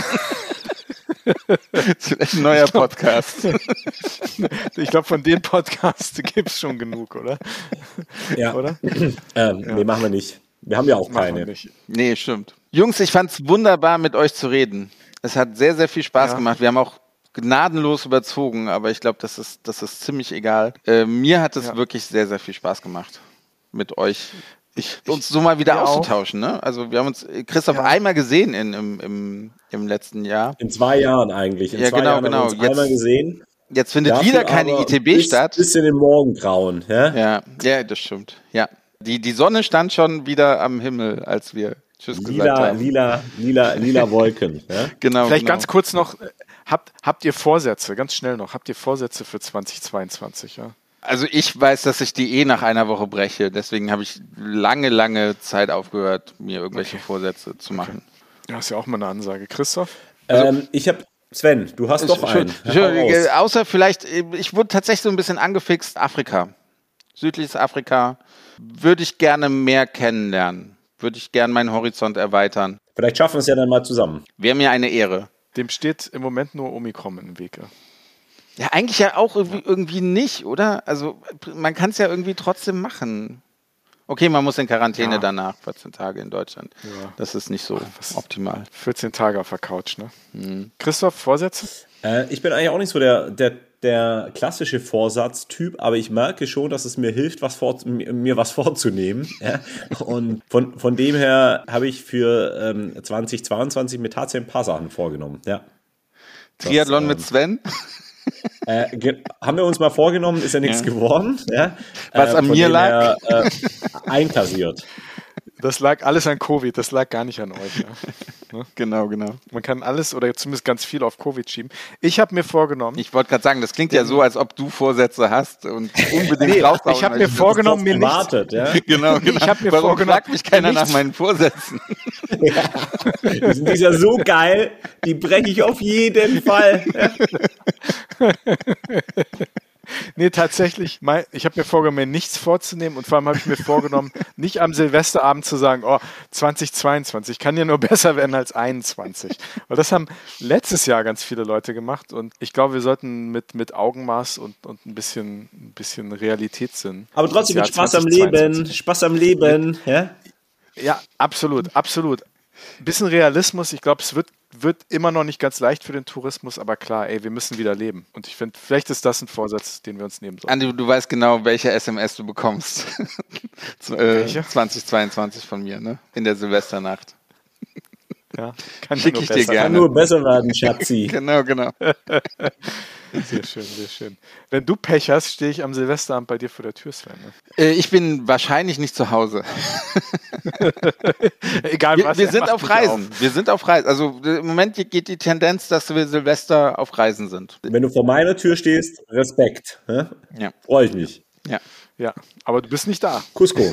Das ist vielleicht ein neuer Podcast. Ich glaube, von den Podcasts gibt es schon genug, oder? Ja. Oder? Ähm, ja. Nee, machen wir nicht. Wir haben ja auch machen keine. Nee, stimmt. Jungs, ich fand es wunderbar, mit euch zu reden. Es hat sehr, sehr viel Spaß ja. gemacht. Wir haben auch gnadenlos überzogen, aber ich glaube, das ist, das ist ziemlich egal. Äh, mir hat es ja. wirklich sehr, sehr viel Spaß gemacht, mit euch ich, uns so mal wieder auszutauschen. Ne? Also wir haben uns, Christoph, ja. einmal gesehen in, im, im, im letzten Jahr. In zwei Jahren eigentlich. In ja, zwei genau, Jahren genau. haben wir uns Jetzt, einmal gesehen. Jetzt findet Dafür wieder keine I T B bis, statt. Bisschen im Morgengrauen. Ja? Ja, ja, das stimmt. Ja. Die, die Sonne stand schon wieder am Himmel, als wir Tschüss lila, gesagt haben. Lila, lila, lila Wolken. Ja? Genau. Vielleicht genau. ganz kurz noch, habt, habt ihr Vorsätze, ganz schnell noch, habt ihr Vorsätze für zweitausendzweiundzwanzig? Ja? Also ich weiß, dass ich die eh nach einer Woche breche, deswegen habe ich lange, lange Zeit aufgehört, mir irgendwelche okay. Vorsätze zu machen. Okay. Ja, ist ja auch mal eine Ansage. Christoph? Also, ähm, ich habe Sven, du hast doch einen. Entschuldigung, außer vielleicht, ich wurde tatsächlich so ein bisschen angefixt, Afrika. Südliches Afrika würde ich gerne mehr kennenlernen. Würde ich gerne meinen Horizont erweitern. Vielleicht schaffen wir es ja dann mal zusammen. Wäre mir eine Ehre. Dem steht im Moment nur Omikron im Wege. Ja, eigentlich ja auch irgendwie, irgendwie nicht, oder? Also man kann es ja irgendwie trotzdem machen. Okay, man muss in Quarantäne ja. danach, vierzehn Tage in Deutschland. Ja. Das ist nicht so Ach, optimal. vierzehn Tage auf der Couch, ne? Mhm. Christoph, Vorsätze? Äh, ich bin eigentlich auch nicht so der, der, der klassische Vorsatztyp, aber ich merke schon, dass es mir hilft, was vor, mir was vorzunehmen. Ja? Und von, von dem her habe ich für ähm, zweitausendzweiundzwanzig mir tatsächlich ein paar Sachen vorgenommen. Ja. Triathlon das, ähm, mit Sven? Äh, ge- haben wir uns mal vorgenommen, ist ja nichts ja. geworden. Ja? Was äh, an mir lag? Her, äh, einkassiert. Das lag alles an Covid, das lag gar nicht an euch. Ja. Ne? Genau, genau. Man kann alles oder zumindest ganz viel auf Covid schieben. Ich habe mir vorgenommen... Ich wollte gerade sagen, das klingt ja so, als ob du Vorsätze hast und unbedingt nee, raushauen. Ich habe mir vorgenommen, mir wartet, ja? Genau, genau. Ich habe mir Warum vorgenommen, fragt mich keiner nach meinen Vorsätzen? Ja. Die sind ja so geil, die breche ich auf jeden Fall. Ja. Nee, tatsächlich, mein, ich habe mir vorgenommen, mir nichts vorzunehmen und vor allem habe ich mir vorgenommen, nicht am Silvesterabend zu sagen, oh, zweitausendzweiundzwanzig kann ja nur besser werden als einundzwanzig. Weil das haben letztes Jahr ganz viele Leute gemacht und ich glaube, wir sollten mit, mit Augenmaß und, und ein bisschen, ein bisschen Realitätssinn. Aber trotzdem mit Spaß am Leben, Spaß am Leben, ja? Ja, absolut, absolut. Ein bisschen Realismus, ich glaube, es wird, wird immer noch nicht ganz leicht für den Tourismus, aber klar, ey, wir müssen wieder leben. Und ich finde, vielleicht ist das ein Vorsatz, den wir uns nehmen sollen. Andi, du weißt genau, welche S M S du bekommst. äh, zwanzig zweiundzwanzig von mir, ne? In der Silvesternacht. Ja, kann Schick ich dir gerne. Kann nur besser werden, Schatzi. Genau, genau. Sehr schön, sehr schön. Wenn du Pech hast, stehe ich am Silvesterabend bei dir vor der Tür, Sven. Ne? Äh, ich bin wahrscheinlich nicht zu Hause. Egal wir, was. Wir sind auf Reisen. Auf. Wir sind auf Reisen. Also im Moment geht die Tendenz, dass wir Silvester auf Reisen sind. Wenn du vor meiner Tür stehst, Respekt. Hä? Ja. Freue ich mich. Ja. Ja, aber du bist nicht da. Cusco.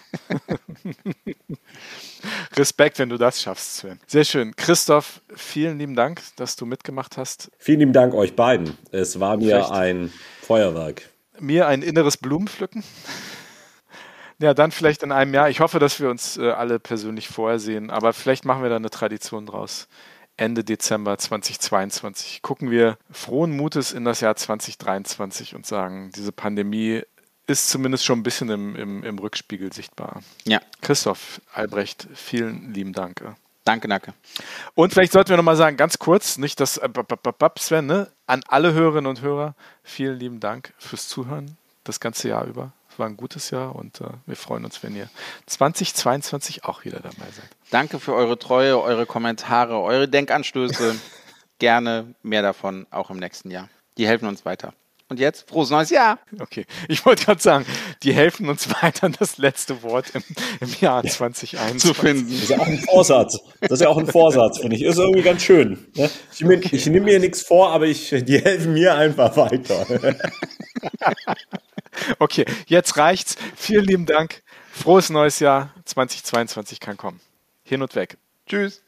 Respekt, wenn du das schaffst, Sven. Sehr schön. Christoph, vielen lieben Dank, dass du mitgemacht hast. Vielen lieben Dank euch beiden. Es war mir Vielleicht ein Feuerwerk. Mir ein inneres Blumenpflücken. Ja, dann vielleicht in einem Jahr. Ich hoffe, dass wir uns äh, alle persönlich vorher sehen, aber vielleicht machen wir da eine Tradition draus. Ende Dezember zweitausendzweiundzwanzig gucken wir frohen Mutes in das Jahr zweitausenddreiundzwanzig und sagen, diese Pandemie ist zumindest schon ein bisschen im, im, im Rückspiegel sichtbar. Ja. Christoph Albrecht, vielen lieben Dank. Danke, danke. Und vielleicht sollten wir nochmal sagen, ganz kurz, nicht das äh, Sven, ne? An alle Hörerinnen und Hörer, vielen lieben Dank fürs Zuhören das ganze Jahr über. Es war ein gutes Jahr und äh, wir freuen uns, wenn ihr zweitausendzweiundzwanzig auch wieder dabei seid. Danke für eure Treue, eure Kommentare, eure Denkanstöße. Gerne mehr davon auch im nächsten Jahr. Die helfen uns weiter. Und jetzt, frohes neues Jahr. Okay, ich wollte gerade sagen, die helfen uns weiter, das letzte Wort im, im Jahr zweitausendeinundzwanzig zu finden. Das ist ja auch ein Vorsatz. Das ist ja auch ein Vorsatz, finde ich. Ist irgendwie ganz schön. Ich, okay. ich nehme mir nichts vor, aber ich, die helfen mir einfach weiter. Okay, jetzt reicht's. Vielen lieben Dank. Frohes neues Jahr. zweitausendzweiundzwanzig kann kommen. Hin und weg. Tschüss.